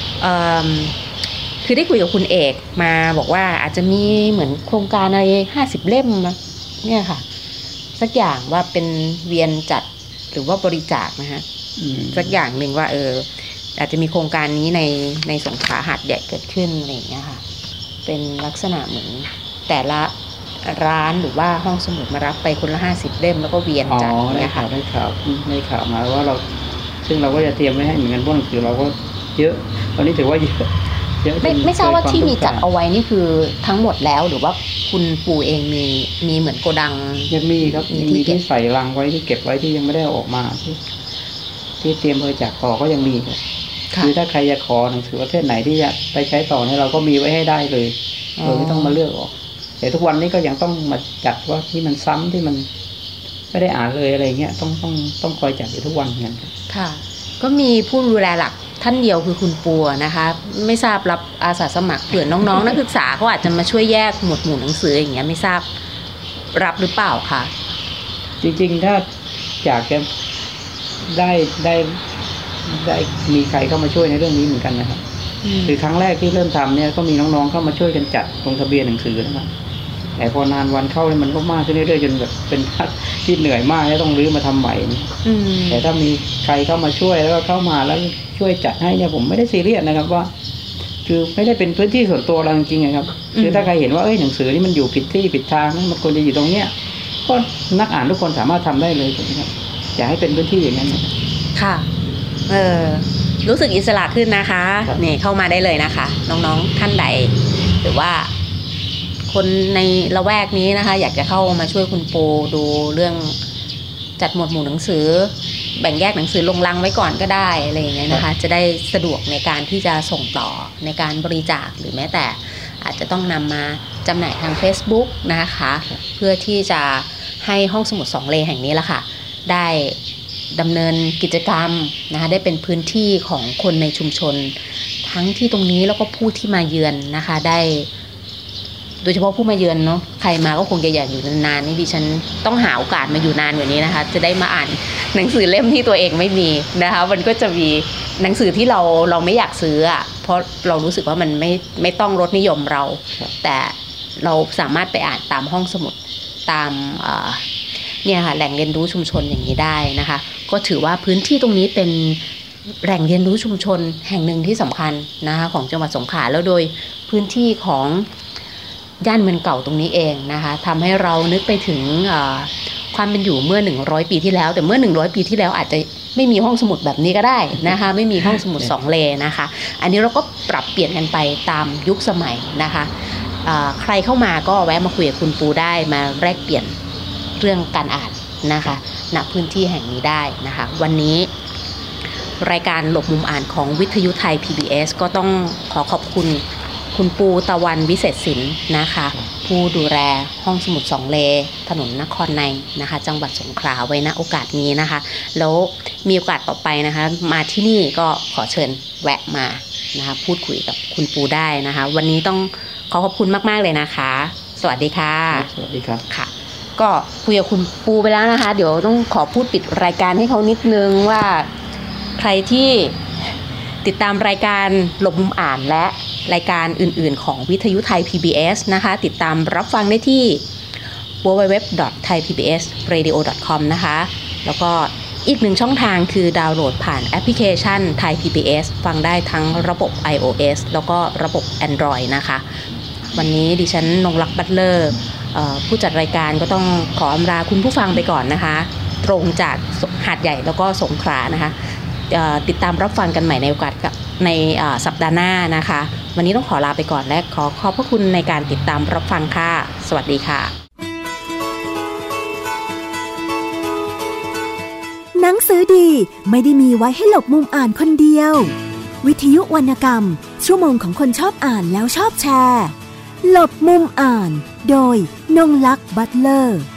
คือได้คุยกับคุณเอกมาบอกว่าอาจจะมีเหมือนโครงการอะไร50 เล่มเนี่ยค่ะสักอย่างว่าเป็นเวียนจัดหรือว่าบริจาคนะคะสักอย่างหนึ่งว่าอาจจะมีโครงการนี้ในสงขลาหาดใหญ่เกิดขึ้นอะไรอย่างเงี้ยค่ะเป็นลักษณะเหมือนแต่ละร้านหรือว่าห้องสมุดมารับไปคนละ50 เล่มแล้วก็เวียนจัดเนี่ยค่ะได้ข่าวมาว่าเราซึ่งเราก็จะเตรียมไว้ให้เหมือนกันเพราะหนังสือเราก็เยอะตอนนี้ถือว่าเยอะไม่ทราบว่าที่มีจัดเอาไว้นี่คือทั้งหมดแล้วหรือว่าคุณปู่เองมีเหมือนโกดังยังมีครับมีที่ใส่รังไว้ที่เก็บไว้ที่ยังไม่ได้ออกมาที่เตรียมบริจาคต่อก็ยังมีครับคือถ้าใครจะขอหนังสือประเภทไหนที่จะไปใช้ต่อเนี่ยเราก็มีไว้ให้ได้เลยโดยไม่ต้องมาเลือกออกแต่ทุกวันนี้ก็ยังต้องมาจัดว่าที่มันซ้ำที่มันไม่ได้อ่านเลยอะไรเงี้ยต้องคอยจัดอยู่ทุกวันเหมือนกันค่ะก็มีผู้ดูแลหลักท่านเดียวคือคุณปูนะคะไม่ทราบรับอาสาสมัครเผื่อน้องๆนักศึกษาเขาอาจจะมาช่วยแยกหมวดหมู่หนังสืออย่างเงี้ยไม่ทราบรับหรือเปล่าคะจริงๆถ้าอยากจะได้มีใครเข้ามาช่วยในเรื่องนี้เหมือนกันนะครับคือครั้งแรกที่เริ่มทำเนี่ยก็มีน้องๆเข้ามาช่วยกันจัดลงทะเบียนหนังสือนะครับแต่พอนานวันเข้ามันก็มากขึ้นเรื่อยๆจนแบบเป็นที่เหนื่อยมากแล้วต้องรื้อมาทำใหม่แต่ถ้ามีใครเข้ามาช่วยแล้วก็เข้ามาแล้วช่วยจัดให้เนี่ยผมไม่ได้ซีเรียสนะครับว่าคือไม่ได้เป็นพื้นที่ส่วนตัวเราจริงๆครับคือถ้าใครเห็นว่าหนังสือนี่มันอยู่ผิดที่ผิดทางนะมันควรจะอยู่ตรงเนี้ยก็นักอ่านทุกคนสามารถทำได้เลยครับอย่าให้เป็นพื้นที่อย่างนั้นค่ะรู้สึกอิสระขึ้นนะคะนี่เข้ามาได้เลยนะคะน้องๆท่านใดหรือว่าคนในละแวกนี้นะคะอยากจะเข้ามาช่วยคุณปูดูเรื่องจัดหมวดหมู่หนังสือแบ่งแยกหนังสือลงลังไว้ก่อนก็ได้อะไรอย่างเงี้ยนะคะจะได้สะดวกในการที่จะส่งต่อในการบริจาคหรือแม้แต่อาจจะต้องนำมาจำหน่ายทาง Facebook นะคะเพื่อที่จะให้ห้องสมุด2เลแห่งนี้ละค่ะได้ดำเนินกิจกรรมนะคะได้เป็นพื้นที่ของคนในชุมชนทั้งที่ตรงนี้แล้วก็ผู้ที่มาเยือนนะคะได้โดยเฉพาะผู้มาเยือนเนาะใครมาก็คงจะอยากอยู่นานๆนี่ดิฉันต้องหาโอกาสมาอยู่นานกว่านี้นะคะจะได้มาอ่านหนังสือเล่มที่ตัวเองไม่มีนะคะมันก็จะมีหนังสือที่เราไม่อยากซื้ออ่ะเพราะเรารู้สึกว่ามันไม่ต้องรสนิยมเราแต่เราสามารถไปอ่านตามห้องสมุดตามเนี่ยค่ะแหล่งเรียนรู้ชุมชนอย่างนี้ได้นะคะก็ถือว่าพื้นที่ตรงนี้เป็นแหล่งเรียนรู้ชุมชนแห่งหนึ่งที่สำคัญนะคะของจังหวัดสงขลาแล้วโดยพื้นที่ของย่านเมืองเก่าตรงนี้เองนะคะทำให้เรานึกไปถึงความเป็นอยู่เมื่อ100ปีที่แล้วแต่เมื่อ100ปีที่แล้วอาจจะไม่มีห้องสมุดแบบนี้ก็ได้นะคะไม่มีห้องสมุด2เลนะคะอันนี้เราก็ปรับเปลี่ยนกันไปตามยุคสมัยนะคะใครเข้ามาก็แวะมาคุยกับคุณปูได้มาแลกเปลี่ยนเรื่องการอ่านนะคะณพื้นที่แห่งนี้ได้นะคะวันนี้รายการหลบมุมอ่านของวิทยุไทย PBS ก็ต้องขอขอบคุณคุณปูตะวันวิเศษศิลป์นะคะผู้ดูแลห้องสมุด2เลถนนนครในนะคะจังหวัดสงขลาไว้ณโอกาสนี้นะคะแล้วมีโอกาสต่อไปนะคะมาที่นี่ก็ขอเชิญแวะมานะคะพูดคุยกับคุณปูได้นะคะวันนี้ต้องขอขอบคุณมากๆเลยนะคะสวัสดีค่ะสวัสดีครับค่ะก็คุยกับคุณปูไปแล้วนะคะเดี๋ยวต้องขอพูดปิดรายการให้เขานิดนึงว่าใครที่ติดตามรายการหลบมุมอ่านและรายการอื่นๆของวิทยุไทย PBS นะคะติดตามรับฟังได้ที่ www.thaipbsradio.com นะคะแล้วก็อีกหนึ่งช่องทางคือดาวน์โหลดผ่านแอปพลิเคชัน Thai PBS ฟังได้ทั้งระบบ iOS แล้วก็ระบบ Android นะคะวันนี้ดิฉันนงลักษณ์บัตเลอร์ผู้จัดรายการก็ต้องขออำลาคุณผู้ฟังไปก่อนนะคะตรงจากหาดใหญ่แล้วก็สงขลานะคะติดตามรับฟังกันใหม่ในโอกาสในสัปดาห์หน้านะคะวันนี้ต้องขอลาไปก่อนและขอขอบพระคุณในการติดตามรับฟังค่ะสวัสดีค่ะหนังสือดีไม่ได้มีไว้ให้หลบมุมอ่านคนเดียววิทยุวรรณกรรมชั่วโมงของคนชอบอ่านแล้วชอบแชร์หลบมุมอ่านโดยนงลักษณ์บัตเลอร์